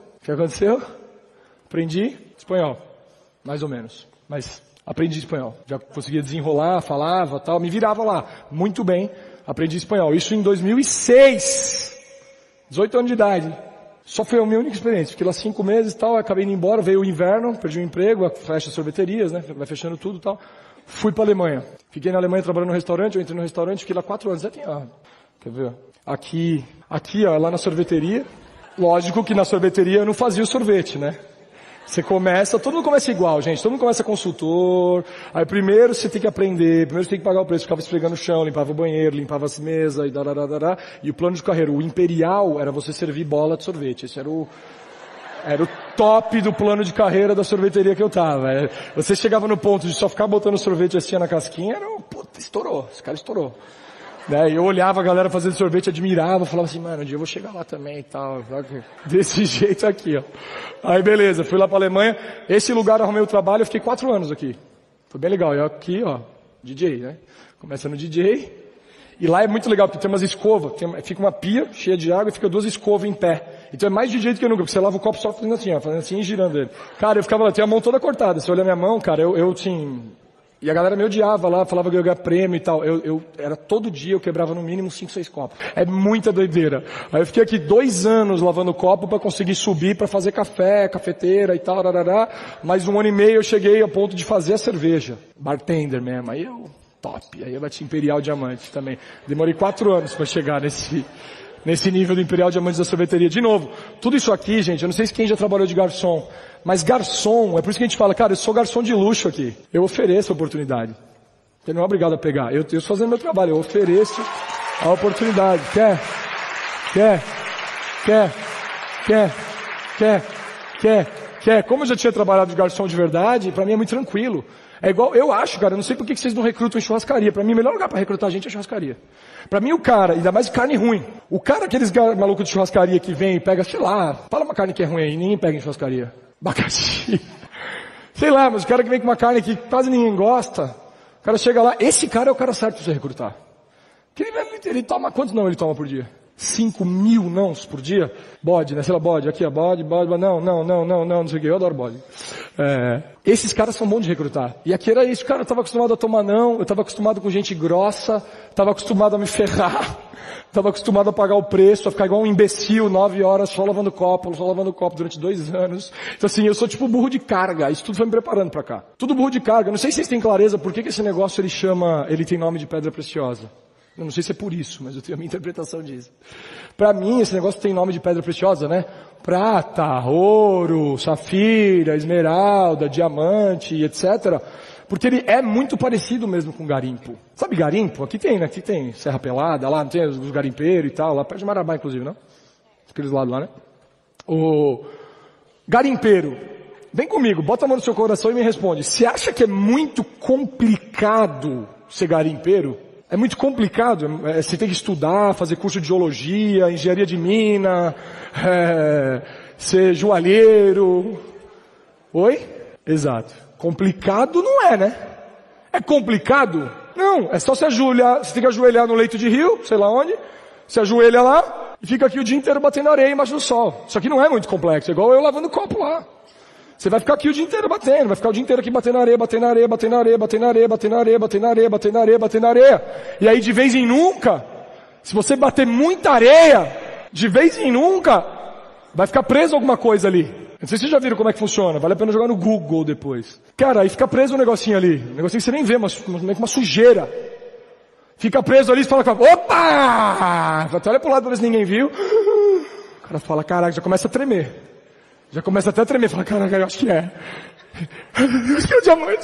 Aprendi espanhol, mais ou menos, mas aprendi espanhol. Já conseguia desenrolar, falava, tal, me virava lá, muito bem, aprendi espanhol. Isso em 2006, 18 anos de idade. Só foi a minha única experiência. Fiquei lá 5 meses e tal, acabei indo embora, veio o inverno, perdi o emprego, fecha sorveterias, né, vai fechando tudo e tal. Fui pra Alemanha. Fiquei na Alemanha trabalhando no restaurante, eu entrei no restaurante, fiquei lá 4 anos. Quer ver? Aqui, ó, lá na sorveteria. Lógico que na sorveteria eu não fazia o sorvete, né? Você começa, todo mundo começa igual, gente. Todo mundo começa consultor. Aí primeiro você tem que aprender, primeiro você tem que pagar o preço. Ficava esfregando o chão, limpava o banheiro, limpava as mesas e darararará. E o plano de carreira, o imperial, era você servir bola de sorvete. Esse era o top do plano de carreira da sorveteria que eu tava. Você chegava no ponto de só ficar botando sorvete assim na casquinha, estourou. Esse cara estourou. Eu olhava a galera fazendo sorvete, admirava, falava assim, mano, um dia eu vou chegar lá também e tal. Desse jeito aqui, ó. Aí beleza, fui lá pra Alemanha. Esse lugar eu arrumei o trabalho, eu fiquei 4 anos aqui. Foi bem legal. E aqui, ó, DJ, né? Começa no DJ. E lá é muito legal, porque tem umas escovas, fica uma pia cheia de água e fica 2 escovas em pé. Então é mais DJ do que nunca, porque você lava o copo só fazendo assim, ó, fazendo assim e girando ele. Cara, eu ficava lá, tinha a mão toda cortada. Você olha a minha mão, cara, eu assim... E a galera me odiava lá, falava que eu ia ganhar prêmio e tal. Era todo dia, eu quebrava no mínimo 5, 6 copos. É muita doideira. Aí eu fiquei aqui 2 anos lavando copo para conseguir subir para fazer café, cafeteira e tal, rarará. Mais 1 ano e meio eu cheguei a ponto de fazer a cerveja. Bartender mesmo. Aí eu, top. Aí eu bati Imperial Diamante também. Demorei 4 anos para chegar nesse nível do Imperial Diamante da sorveteria. De novo, tudo isso aqui, gente, eu não sei se quem já trabalhou de garçom, mas garçom, é por isso que a gente fala, cara, eu sou garçom de luxo aqui. Eu ofereço a oportunidade. Você não é obrigado a pegar. Eu estou fazendo meu trabalho, eu ofereço a oportunidade. Quer? Como eu já tinha trabalhado de garçom de verdade, pra mim é muito tranquilo. É igual, eu acho, cara, eu não sei por que vocês não recrutam em churrascaria. Pra mim, o melhor lugar pra recrutar gente é churrascaria. Pra mim, o cara, ainda mais carne ruim. O cara, aqueles malucos de churrascaria que vem e pega, sei lá, fala uma carne que é ruim aí, ninguém pega em churrascaria. Abacaxi. Sei lá, mas o cara que vem com uma carne que quase ninguém gosta, o cara chega lá, esse cara é o cara certo pra você recrutar. Ele toma, quantos não ele toma por dia? 5.000 nãos por dia? Bode, né? Sei lá, bode, aqui, ó, bode, não sei o que, eu adoro bode. Esses caras são bons de recrutar. E aqui era isso, cara, eu estava acostumado a tomar não, eu estava acostumado com gente grossa, estava acostumado a me ferrar, estava acostumado a pagar o preço, a ficar igual um imbecil, 9 horas só lavando copo durante 2 anos. Então assim, eu sou tipo burro de carga, isso tudo foi me preparando pra cá. Tudo burro de carga, não sei se vocês têm clareza por que esse negócio ele tem nome de pedra preciosa. Eu não sei se é por isso, mas eu tenho a minha interpretação disso. Para mim, esse negócio tem nome de pedra preciosa, né? Prata, ouro, safira, esmeralda, diamante, etc. Porque ele é muito parecido mesmo com garimpo. Sabe garimpo? Aqui tem, né? Aqui tem Serra Pelada, lá não tem os garimpeiros e tal, lá perto de Marabá, inclusive, não? Aqueles lados lá, né? O garimpeiro. Vem comigo, bota a mão no seu coração e me responde. Você acha que é muito complicado ser garimpeiro? É muito complicado, você tem que estudar, fazer curso de geologia, engenharia de mina, ser joalheiro. Oi? Exato. Complicado não é, né? É complicado? Não, é só você tem que ajoelhar no leito de rio, sei lá onde, você ajoelha lá e fica aqui o dia inteiro batendo areia embaixo do sol. Isso aqui não é muito complexo, é igual eu lavando copo lá. Você vai ficar aqui o dia inteiro batendo, vai ficar o dia inteiro aqui batendo areia. E aí de vez em nunca, se você bater muita areia, de vez em nunca, vai ficar preso alguma coisa ali. Não sei se vocês já viram como é que funciona, vale a pena jogar no Google depois. Cara, aí fica preso um negocinho ali, um negocinho que você nem vê, meio que uma sujeira. Fica preso ali e fala, opa! Até olha pro lado pra ver se ninguém viu. O cara fala, caraca, já começa a tremer. Já começa até a tremer, fala, caraca, eu acho que é. Acho que é o diamante.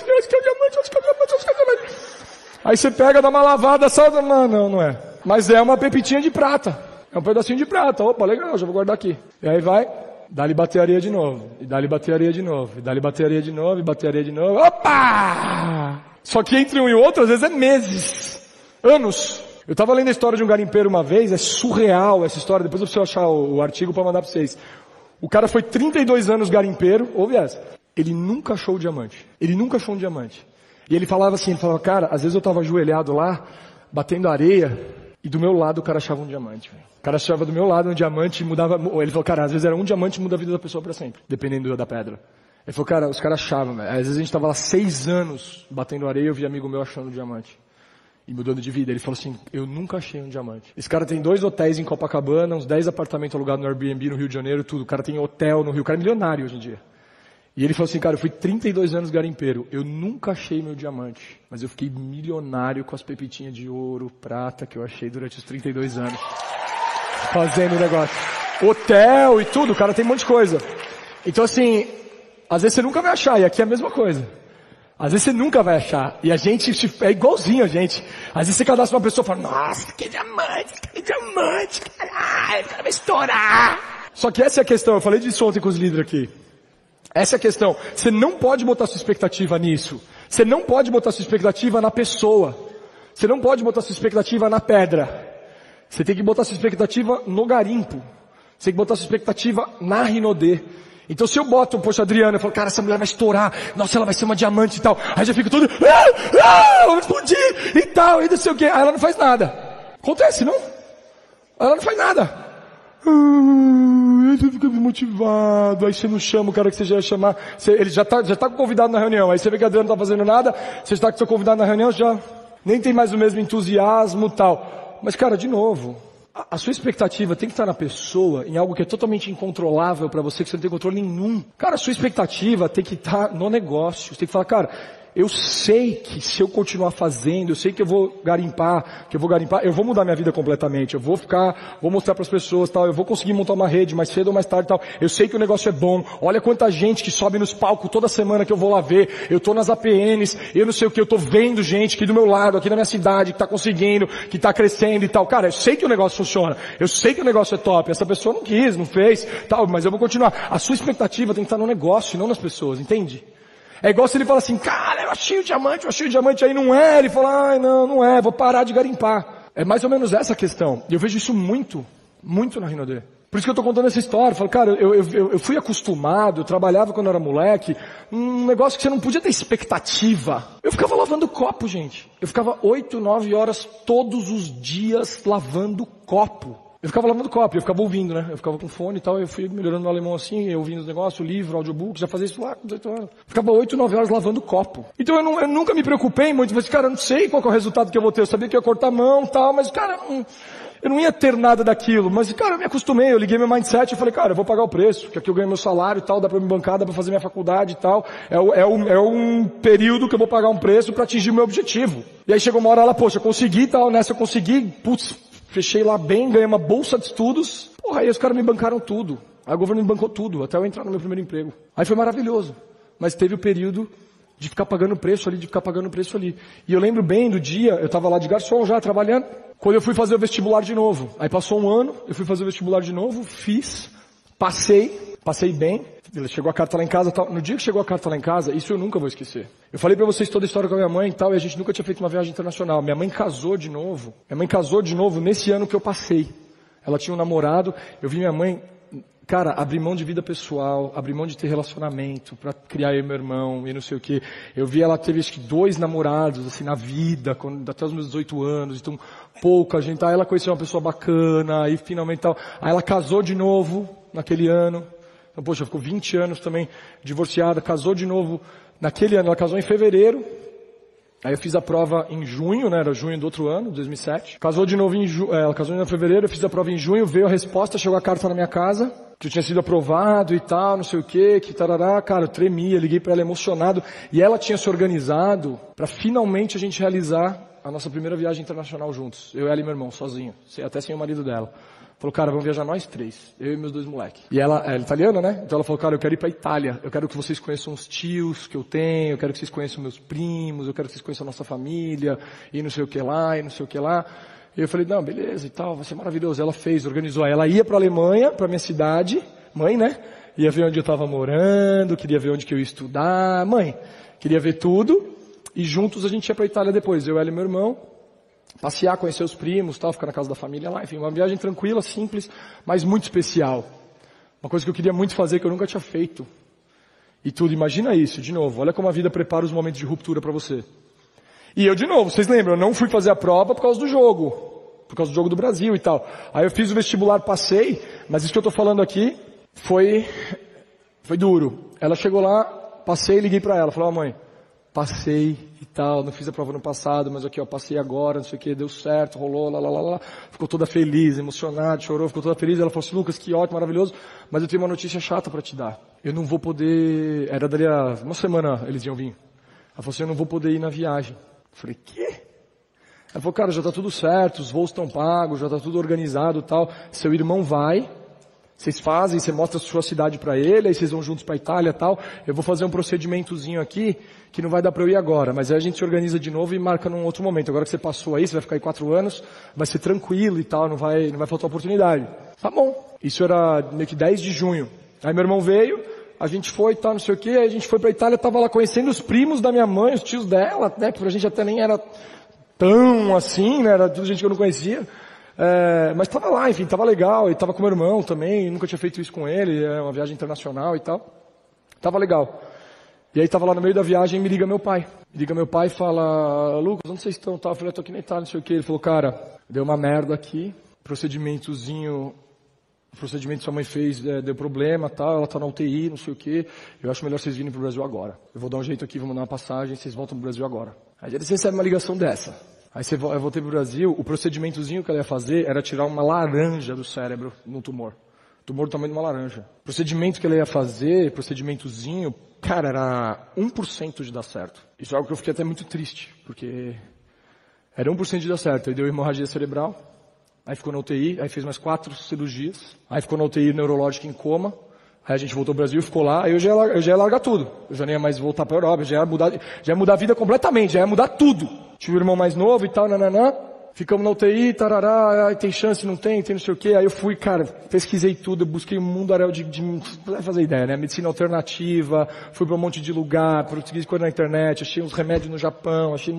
Aí você pega, dá uma lavada, sabe? Não é. Mas é uma pepitinha de prata. É um pedacinho de prata. Opa, legal, já vou guardar aqui. E aí vai, dá-lhe bater areia de novo. E dá-lhe bater areia de novo. E dá-lhe bater areia de novo, e bater areia de novo. Opa! Só que entre um e outro, às vezes é meses. Anos. Eu estava lendo a história de um garimpeiro uma vez, é surreal essa história. Depois eu preciso achar o artigo para mandar para vocês. O cara foi 32 anos garimpeiro, ouve essa. Ele nunca achou o diamante. Ele nunca achou um diamante. E ele falava assim, cara, às vezes eu estava ajoelhado lá, batendo areia, e do meu lado o cara achava um diamante. Véio. O cara achava do meu lado um diamante e mudava... Ele falou, cara, às vezes era um diamante e muda a vida da pessoa para sempre, dependendo da pedra. Ele falou, cara, os caras achavam, véio. Às vezes a gente estava lá 6 anos batendo areia e eu vi amigo meu achando um diamante. E mudando de vida. Ele falou assim, eu nunca achei um diamante. Esse cara tem 2 hotéis em Copacabana, uns 10 apartamentos alugados no Airbnb no Rio de Janeiro, tudo. O cara tem hotel no Rio, o cara é milionário hoje em dia. E ele falou assim, cara, eu fui 32 anos garimpeiro, eu nunca achei meu diamante, mas eu fiquei milionário com as pepitinhas de ouro, prata que eu achei durante os 32 anos. Fazendo o negócio. Hotel e tudo, o cara tem um monte de coisa. Então assim, às vezes você nunca vai achar, e aqui é a mesma coisa. Às vezes você nunca vai achar. E a gente é igualzinho a gente. Às vezes você cadastra uma pessoa e fala, nossa, que diamante, caralho, o cara vai estourar. Só que essa é a questão, eu falei disso ontem com os líderes aqui. Essa é a questão. Você não pode botar sua expectativa nisso. Você não pode botar sua expectativa na pessoa. Você não pode botar sua expectativa na pedra. Você tem que botar sua expectativa no garimpo. Você tem que botar sua expectativa na Rinodê. Então se eu boto, poxa, Adriana, eu falo, cara, essa mulher vai estourar, nossa, ela vai ser uma diamante e tal. Aí já fica tudo, vamos explodir e tal, e não sei o que. Aí ela não faz nada. Acontece, não? Ela não faz nada. Aí você fica desmotivado, aí você não chama o cara que você já ia chamar. Ele já tá com o convidado na reunião, aí você vê que a Adriana não tá fazendo nada, você está com o seu convidado na reunião, já nem tem mais o mesmo entusiasmo e tal. Mas cara, de novo, a sua expectativa tem que estar na pessoa, em algo que é totalmente incontrolável para você, que você não tem controle nenhum. Cara, a sua expectativa tem que estar no negócio. Você tem que falar, cara, eu sei que se eu continuar fazendo, eu sei que eu vou garimpar, eu vou mudar minha vida completamente, eu vou mostrar para as pessoas, tal, eu vou conseguir montar uma rede mais cedo ou mais tarde, tal. Eu sei que o negócio é bom. Olha quanta gente que sobe nos palcos toda semana que eu vou lá ver. Eu tô nas APNs, eu não sei o que, eu tô vendo gente aqui do meu lado, aqui na minha cidade, que tá conseguindo, que tá crescendo e tal. Cara, eu sei que o negócio funciona. Eu sei que o negócio é top. Essa pessoa não quis, não fez, tal, mas eu vou continuar. A sua expectativa tem que estar no negócio, não nas pessoas, entende? É igual se ele fala assim, cara, eu achei o diamante, aí não é. Ele fala, ai não é, vou parar de garimpar. É mais ou menos essa a questão. E eu vejo isso muito na Rinode. Por isso que eu tô contando essa história. Eu falo, cara, eu fui acostumado, eu trabalhava quando eu era moleque, um negócio que você não podia ter expectativa. Eu ficava lavando copo, gente. Eu ficava 8, 9 horas todos os dias lavando copo. Eu ficava lavando copo, eu ficava ouvindo, né? Eu ficava com fone e tal, eu fui melhorando meu alemão assim, eu ouvindo os negócios, livro, audiobook, já fazia isso lá com 18 anos. Eu ficava 8, 9 horas lavando copo. Então eu nunca me preocupei muito, mas cara, eu não sei qual que é o resultado que eu vou ter. Eu sabia que eu ia cortar a mão e tal, mas cara, eu não ia ter nada daquilo. Mas cara, eu me acostumei, eu liguei meu mindset e falei, cara, eu vou pagar o preço, que aqui eu ganho meu salário e tal, dá pra me bancar, dá pra fazer minha faculdade e tal. É um período que eu vou pagar um preço pra atingir o meu objetivo. E aí chegou uma hora lá, poxa, eu consegui e tal, nessa eu consegui, putz, fechei lá bem, ganhei uma bolsa de estudos. Porra, aí os caras me bancaram tudo. Aí o governo me bancou tudo, até eu entrar no meu primeiro emprego. Aí foi maravilhoso. Mas teve o período de ficar pagando preço ali, E eu lembro bem do dia, eu tava lá de garçom já, trabalhando. Quando eu fui fazer o vestibular de novo. Aí passou um ano, eu fui fazer o vestibular de novo, fiz, passei bem. Chegou a carta lá em casa, tal. No dia que chegou a carta lá em casa, isso eu nunca vou esquecer. Eu falei pra vocês toda a história com a minha mãe e tal, e a gente nunca tinha feito uma viagem internacional. Minha mãe casou de novo nesse ano que eu passei. Ela tinha um namorado, eu vi minha mãe, cara, abrir mão de vida pessoal, abrir mão de ter relacionamento, pra criar eu e meu irmão, e não sei o quê. Eu vi ela teve, acho que 2 namorados, assim, na vida, até os meus 18 anos, então, pouca gente. Aí ela conheceu uma pessoa bacana, aí finalmente tal. Aí ela casou de novo, naquele ano. Então, poxa, ficou 20 anos também divorciada, casou de novo naquele ano, ela casou em fevereiro, aí eu fiz a prova em junho, né, era junho do outro ano, 2007, casou de novo ela casou em fevereiro, eu fiz a prova em junho, veio a resposta, chegou a carta na minha casa, que eu tinha sido aprovado e tal, não sei o que tarará, cara, eu tremia, liguei pra ela emocionado, e ela tinha se organizado pra finalmente a gente realizar a nossa primeira viagem internacional juntos, eu, ela e meu irmão, sozinho, até sem o marido dela. Falou, cara, vamos viajar nós 3, eu e meus 2 moleques. E ela é italiana, né? Então ela falou, cara, eu quero ir pra Itália, eu quero que vocês conheçam os tios que eu tenho, eu quero que vocês conheçam meus primos, eu quero que vocês conheçam a nossa família, e não sei o que lá, e não sei o que lá. E eu falei, não, beleza e tal, vai ser maravilhoso. Ela fez, organizou. Ela ia pra Alemanha, pra minha cidade, mãe, né? Ia ver onde eu tava morando, queria ver onde que eu ia estudar, mãe, queria ver tudo, e juntos a gente ia pra Itália depois, eu, ela e meu irmão. Passear, conhecer os primos, tal, ficar na casa da família lá, enfim, uma viagem tranquila, simples, mas muito especial. Uma coisa que eu queria muito fazer, que eu nunca tinha feito. E tudo, imagina isso, de novo, olha como a vida prepara os momentos de ruptura para você. E eu, de novo, vocês lembram, eu não fui fazer a prova por causa do jogo do Brasil e tal. Aí eu fiz o vestibular, passei, mas isso que eu tô falando aqui foi duro. Ela chegou lá, passei, liguei para ela, falei, mãe, passei e tal, não fiz a prova no passado, mas aqui ó, passei agora, não sei o que, deu certo, rolou, lá. Ficou toda feliz, emocionada, chorou, ficou toda feliz. Ela falou assim, Lucas, que ótimo, maravilhoso, mas eu tenho uma notícia chata para te dar. Eu não vou poder, era dali a uma semana eles iam vir. Ela falou assim, eu não vou poder ir na viagem. Eu falei, quê? Ela falou, cara, já tá tudo certo, os voos estão pagos, já tá tudo organizado e tal, seu irmão vai, vocês fazem, você mostra a sua cidade para ele, aí vocês vão juntos para Itália e tal. Eu vou fazer um procedimentozinho aqui, que não vai dar para eu ir agora, mas aí a gente se organiza de novo e marca num outro momento. Agora que você passou aí, você vai ficar aí 4 anos, vai ser tranquilo e tal, não vai faltar oportunidade. Tá bom. Isso era meio que 10 de junho. Aí meu irmão veio, a gente foi e tal, não sei o que, aí a gente foi para Itália, tava lá conhecendo os primos da minha mãe, os tios dela, né, que pra gente até nem era tão assim, né, era tudo gente que eu não conhecia. Mas tava lá, enfim, tava legal, e tava com meu irmão também, nunca tinha feito isso com ele, uma viagem internacional e tal. Tava legal. E aí tava lá no meio da viagem e me liga meu pai. E fala, Lucas, onde vocês estão? Eu falei, tô aqui na Itália, não sei o que. Ele falou, cara, deu uma merda aqui, o procedimento que sua mãe fez deu problema, tal, ela tá na UTI, não sei o que. Eu acho melhor vocês virem pro Brasil agora. Eu vou dar um jeito aqui, vou mandar uma passagem, vocês voltam pro Brasil agora. Aí eles recebem uma ligação dessa. Aí eu voltei pro Brasil, o procedimentozinho que ela ia fazer era tirar uma laranja do cérebro no tumor. Tumor do tamanho de uma laranja. O procedimento que ela ia fazer, procedimentozinho, Cara, era 1% de dar certo. Isso é algo que eu fiquei até muito triste, porque era 1% de dar certo. Aí deu hemorragia cerebral, aí ficou na UTI, aí fez mais 4 cirurgias, aí ficou na UTI neurológica em coma, aí a gente voltou ao Brasil, ficou lá, aí eu já ia largar tudo. Eu já nem ia mais voltar pra Europa, já ia mudar a vida completamente, já ia mudar tudo. Tinha um irmão mais novo e tal, nananã. Ficamos na UTI, tarará, tem chance, não tem não sei o quê. Aí eu fui, cara, pesquisei tudo, eu busquei um mundo aréu de não fazer ideia, né? Medicina alternativa, fui pra um monte de lugar, consegui coisa na internet, achei uns remédios no Japão, achei,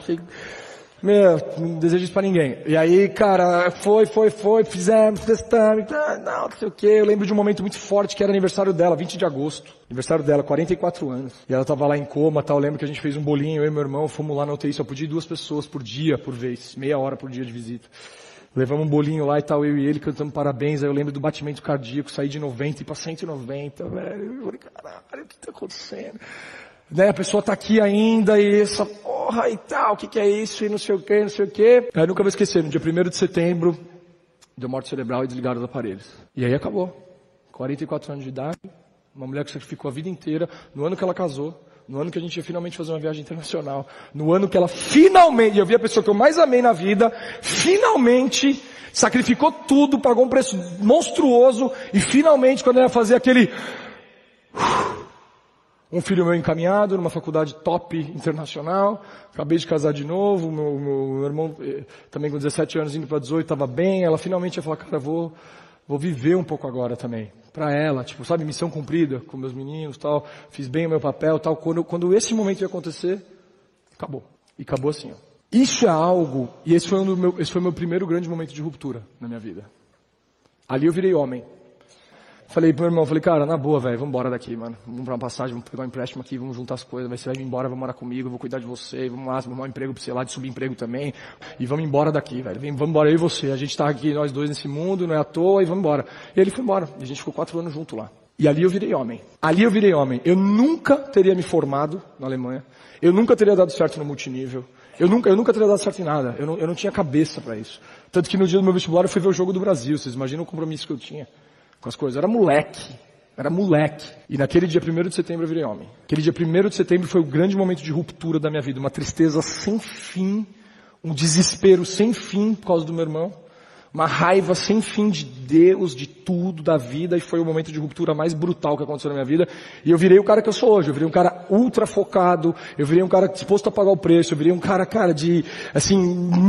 não desejo isso pra ninguém. E aí, cara, fizemos, testamos, não sei o quê. Eu lembro de um momento muito forte que era aniversário dela, 20 de agosto. Aniversário dela, 44 anos. E ela tava lá em coma, tal. Eu lembro que a gente fez um bolinho, eu e meu irmão, fomos lá na UTI, só podia ir 2 pessoas por dia, por vez. Meia hora por dia de visita. Levamos um bolinho lá e tal, eu e ele cantando parabéns. Aí eu lembro do batimento cardíaco, saí de 90 e pra 190, velho. Eu falei, caralho, o que tá acontecendo? Né, a pessoa tá aqui ainda e essa porra e tal, o que é isso e não sei o que, não sei o que. Eu nunca vou esquecer, no dia 1º de setembro, deu morte cerebral e desligaram os aparelhos. E aí acabou. 44 anos de idade, uma mulher que sacrificou a vida inteira, no ano que ela casou, no ano que a gente ia finalmente fazer uma viagem internacional, no ano que ela finalmente, eu vi a pessoa que eu mais amei na vida, finalmente sacrificou tudo, pagou um preço monstruoso e finalmente quando ela ia fazer aquele... Um filho meu encaminhado, numa faculdade top internacional, acabei de casar de novo, meu irmão também com 17 anos indo para 18, estava bem, ela finalmente ia falar, cara, vou viver um pouco agora também, para ela, tipo, sabe, missão cumprida com meus meninos, tal, fiz bem o meu papel, tal, quando esse momento ia acontecer, acabou, e acabou assim, ó. Isso é algo, e esse foi o meu primeiro grande momento de ruptura na minha vida. Ali eu virei homem. Falei pro meu irmão, cara, na boa, velho, vamos embora daqui, mano. Vamos comprar uma passagem, vamos pegar um empréstimo aqui, vamos juntar as coisas, você vai vir embora, vai morar comigo, eu vou cuidar de você, vamos lá, vamos arrumar um emprego pra você lá, de subemprego também, e vamos embora daqui, velho. Vamos embora eu e você, a gente tá aqui, nós dois nesse mundo, não é à toa, e vamos embora. E ele foi embora, e a gente ficou 4 anos junto lá. E ali eu virei homem. Eu nunca teria me formado na Alemanha, eu nunca teria dado certo no multinível, eu nunca teria dado certo em nada, eu não tinha cabeça pra isso. Tanto que no dia do meu vestibular eu fui ver o jogo do Brasil, vocês imaginam o compromisso que eu tinha com as coisas, eu era moleque. E naquele dia 1º de setembro eu virei homem. Aquele dia 1º de setembro foi o grande momento de ruptura da minha vida. Uma tristeza sem fim, um desespero sem fim por causa do meu irmão. Uma raiva sem fim de Deus, de tudo, da vida. E foi o momento de ruptura mais brutal que aconteceu na minha vida. E eu virei o cara que eu sou hoje. Eu virei um cara ultra focado. Eu virei um cara disposto a pagar o preço. Eu virei um cara, de, assim,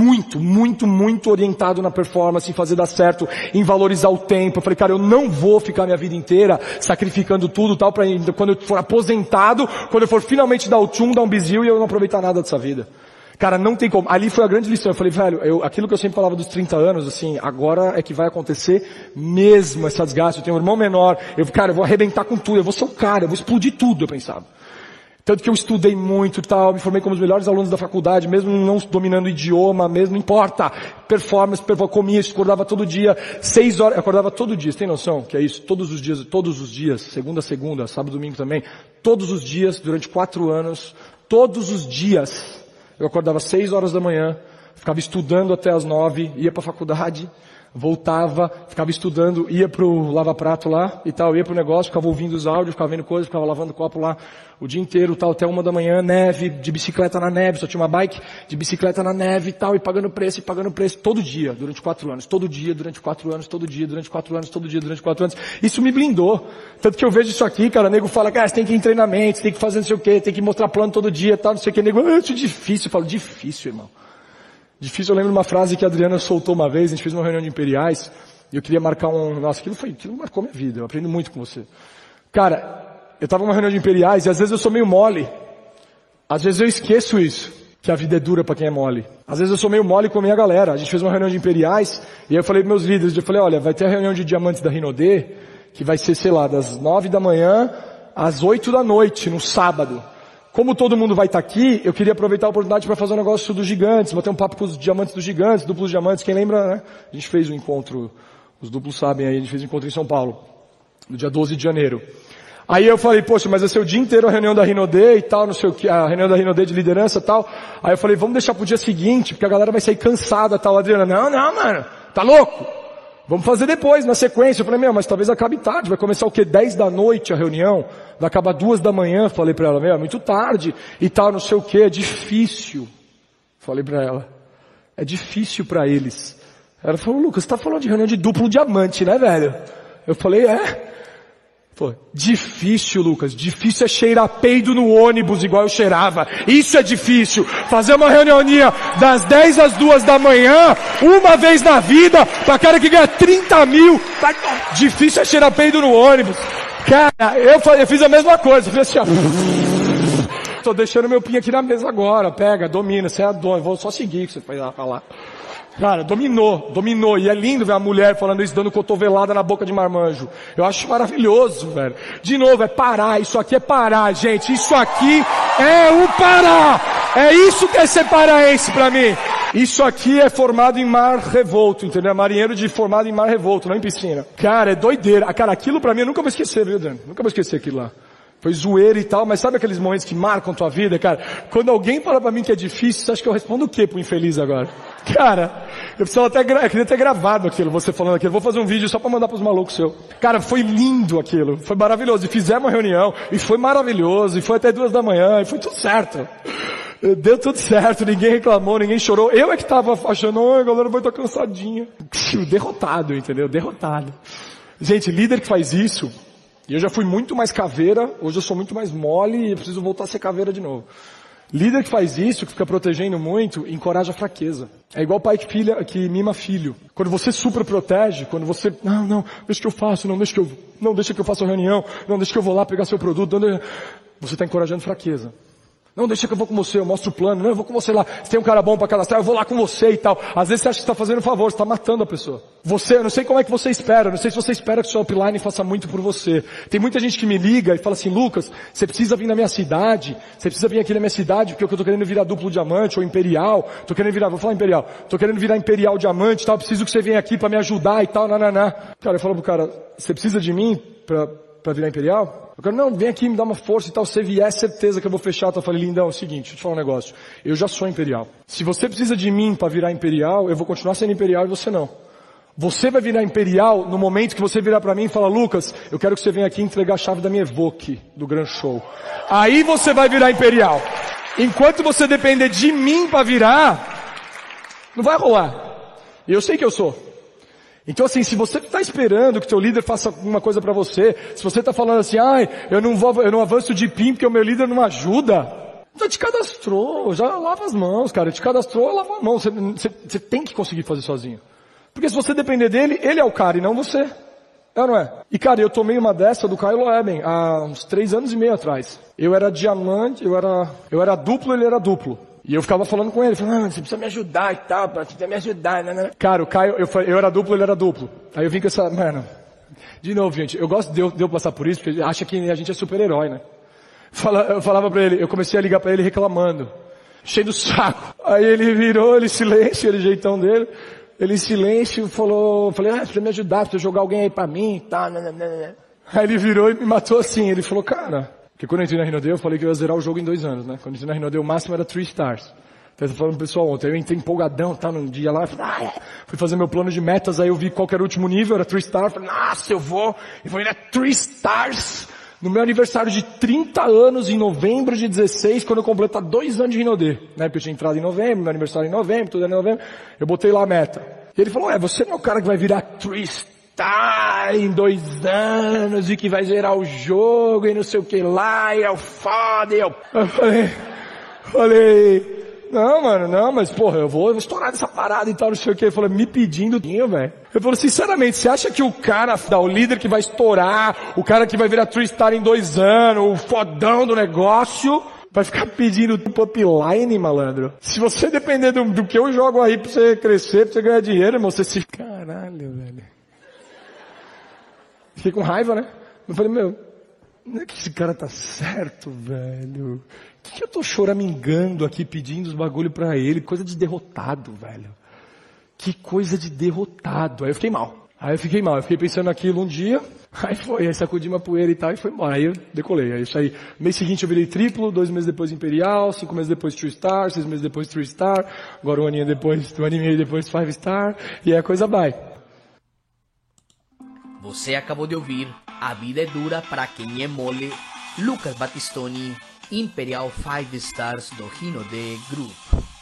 muito orientado na performance, em fazer dar certo, em valorizar o tempo. Eu falei, cara, eu não vou ficar minha vida inteira sacrificando tudo, tal, pra quando eu for aposentado, quando eu for finalmente dar o tchum, dar um bizil e eu não aproveitar nada dessa vida. Cara, não tem como. Ali foi a grande lição. Eu falei, velho, aquilo que eu sempre falava dos 30 anos, assim, agora é que vai acontecer mesmo essa desgaste. Eu tenho um irmão menor. Eu vou arrebentar com tudo. Eu vou ser o cara. Eu vou explodir tudo, eu pensava. Tanto que eu estudei muito e tal. Me formei como os melhores alunos da faculdade, mesmo não dominando o idioma, mesmo, não importa. Performance, comia, acordava todo dia. 6 horas, eu acordava todo dia. Você tem noção que é isso? Todos os dias, segunda a segunda, sábado e domingo também. Todos os dias, durante 4 anos, todos os dias. Eu acordava 6 horas da manhã, ficava estudando até as 9, ia pra faculdade, voltava, ficava estudando, ia pro lava-prato lá e tal, ia pro negócio, ficava ouvindo os áudios, ficava vendo coisas, ficava lavando copo lá o dia inteiro, tal, até 1 da manhã, neve, de bicicleta na neve, só tinha uma bike de bicicleta na neve e tal, e pagando preço, todo dia, durante 4 anos, todo dia, durante 4 anos, todo dia, durante 4 anos, todo dia, durante 4 anos. Isso me blindou. Tanto que eu vejo isso aqui, cara, o nego fala, cara, você tem que ir em treinamento, você tem que fazer não sei o quê, tem que mostrar plano todo dia, tal, não sei o quê, nego, isso é difícil. Eu falo, difícil, irmão. Difícil, eu lembro de uma frase que a Adriana soltou uma vez, a gente fez uma reunião de imperiais, e eu queria marcar nossa, aquilo marcou minha vida, eu aprendo muito com você. Cara, eu tava numa reunião de imperiais, e às vezes eu sou meio mole. Às vezes eu esqueço isso, que a vida é dura pra quem é mole. Às vezes eu sou meio mole com a minha galera. A gente fez uma reunião de imperiais, e aí eu falei pros meus líderes, eu falei, olha, vai ter a reunião de diamantes da Rinode, que vai ser, sei lá, das 9 da manhã às 8 da noite, no sábado. Como todo mundo vai estar aqui, eu queria aproveitar a oportunidade para fazer um negócio dos gigantes, bater um papo com os diamantes dos gigantes, duplos diamantes, quem lembra, né? A gente fez um encontro, os duplos sabem aí, a gente fez um encontro em São Paulo, no dia 12 de janeiro. Aí eu falei, poxa, mas vai ser o dia inteiro a reunião da Rinode e tal, não sei o que, a reunião da Rinode de liderança e tal. Aí eu falei, vamos deixar pro dia seguinte, porque a galera vai sair cansada e tal. A Adriana, não, mano, tá louco? Vamos fazer depois, na sequência. Eu falei, mas talvez acabe tarde. Vai começar o quê? 10 da noite a reunião. Vai acabar 2 da manhã. Falei pra ela, é muito tarde. E tal, não sei o quê. É difícil. Falei pra ela. É difícil pra eles. Ela falou, Lucas, você tá falando de reunião de duplo diamante, né, velho? Eu falei, Pô, difícil, Lucas. Difícil é cheirar peido no ônibus igual eu cheirava. Isso é difícil. Fazer uma reuniãozinha das 10 às 2 da manhã, uma vez na vida, pra cara que ganha 30 mil. Difícil é cheirar peido no ônibus. Cara, eu fiz a mesma coisa. Eu fiz assim, ó. Tô deixando meu pinho aqui na mesa agora. Pega, domina. Você é a dona. Vou só seguir o que você foi lá falar. Cara, dominou. E é lindo ver a mulher falando isso, dando cotovelada na boca de marmanjo. Eu acho maravilhoso, velho. De novo, é parar. Isso aqui é parar, gente. Isso aqui é o parar. É isso que é ser paraense pra mim. Isso aqui é formado em mar revolto, entendeu? Marinheiro formado em mar revolto, não em piscina. Cara, é doideira. Cara, aquilo pra mim eu nunca vou esquecer, viu, Dan? Nunca vou esquecer aquilo lá. Foi zoeira e tal, mas sabe aqueles momentos que marcam tua vida, cara? Quando alguém fala pra mim que é difícil, você acha que eu respondo o quê pro infeliz agora? Cara, eu queria ter gravado aquilo, você falando aquilo. Vou fazer um vídeo só pra mandar pros malucos seu. Cara, foi lindo aquilo. Foi maravilhoso. E fizemos uma reunião. E foi maravilhoso. E foi até 2 da manhã. E foi tudo certo. Deu tudo certo. Ninguém reclamou, ninguém chorou. Eu é que tava achando, a galera vai estar cansadinha. Derrotado, entendeu? Derrotado. Gente, líder que faz isso, e eu já fui muito mais caveira, hoje eu sou muito mais mole e eu preciso voltar a ser caveira de novo. Líder que faz isso, que fica protegendo muito, encoraja a fraqueza. É igual pai que mima filho. Quando você super protege, quando você, não, deixa que eu faço, deixa que eu faça a reunião, não, deixa que eu vou lá pegar seu produto, você está encorajando fraqueza. Não, deixa que eu vou com você, eu mostro o plano. Não, eu vou com você lá. Se tem um cara bom para cadastrar, eu vou lá com você e tal. Às vezes você acha que está fazendo um favor, você está matando a pessoa. Eu não sei como é que você espera, não sei se você espera que o seu upline faça muito por você. Tem muita gente que me liga e fala assim, Lucas, você precisa vir na minha cidade, você precisa vir aqui na minha cidade, porque eu estou querendo virar duplo diamante ou imperial, vou falar imperial, estou querendo virar imperial diamante e tal, preciso que você venha aqui para me ajudar e tal, nananá. Cara, eu falo pro cara, você precisa de mim para virar imperial? Eu quero, não, vem aqui, me dá uma força e tal, se vier, certeza que eu vou fechar. Eu falei, lindão, é o seguinte, deixa eu te falar um negócio. Eu já sou imperial. Se você precisa de mim para virar imperial, eu vou continuar sendo imperial e você não. Você vai virar imperial no momento que você virar para mim e falar, Lucas, eu quero que você venha aqui entregar a chave da minha Evoque, do Gran Show. Aí você vai virar imperial. Enquanto você depender de mim para virar, não vai rolar. E eu sei que eu sou. Então assim, se você está esperando que teu líder faça alguma coisa para você, se você está falando assim, eu não avanço de PIN porque o meu líder não ajuda, já te cadastrou, já lava as mãos, cara, te cadastrou, lava a mão, você tem que conseguir fazer sozinho. Porque se você depender dele, ele é o cara e não você. É ou não é? E cara, eu tomei uma dessa do Kylo Eben há uns 3 anos e meio atrás. Eu era diamante, eu era duplo, ele era duplo. E eu ficava falando com ele, falando, você precisa me ajudar e tal, você precisa me ajudar, né? Cara, o Caio, eu era duplo, ele era duplo. Aí eu vim com essa, de novo, gente, eu gosto de eu passar por isso, porque acha que a gente é super-herói, né? Eu falava pra ele, eu comecei a ligar pra ele reclamando, cheio do saco. Aí ele virou, ele silêncio, ele jeitão dele, ele em silêncio falei, você precisa me ajudar, precisa jogar alguém aí pra mim e tal, né? Aí ele virou e me matou assim, ele falou, cara... Porque quando eu entrei na Rinode, eu falei que eu ia zerar o jogo em 2 anos, né? Quando eu entrei na Rinode, o máximo era 3 stars. Então eu tô falando pro pessoal ontem, eu entrei empolgadão, tá, num dia lá, fui fazer meu plano de metas, aí eu vi qual que era o último nível, era 3 stars, falei, nossa, eu vou ir a 3 stars no meu aniversário de 30 anos, em novembro de 16, quando eu completar 2 anos de Rinode, né? Porque eu tinha entrado em novembro, meu aniversário em novembro, tudo era em novembro, eu botei lá a meta. E ele falou, você não é o cara que vai virar 3 stars em 2 anos e que vai zerar o jogo e não sei o que lá, e é o foda, e eu falei, não, mano, não, mas porra, eu vou estourar dessa parada e tal, não sei o que. Ele falou, me pedindo, velho. Eu falei, sinceramente, você acha que o cara, o líder que vai estourar, o cara que vai virar 3 star em 2 anos, o fodão do negócio, vai ficar pedindo upline, malandro? Se você depender do que eu jogo aí pra você crescer, pra você ganhar dinheiro, irmão, você se... Caralho, velho. Fiquei com raiva, né? Eu falei, não é que esse cara tá certo, velho. Que eu tô choramingando aqui pedindo os bagulho pra ele? Coisa de derrotado, velho. Que coisa de derrotado. Aí eu fiquei mal. Eu fiquei pensando naquilo um dia. Aí sacudi uma poeira e tal e foi embora. Aí eu decolei. Aí isso aí. Mês seguinte eu virei triplo, 2 meses depois imperial, 5 meses depois 3 star, 6 meses depois 3 star. Agora um ano e meio depois 5 star. E aí a coisa vai. Você acabou de ouvir A Vida é Dura para Quem é Mole, Lucas Battistoni, Imperial 5 Stars do Hinode Group.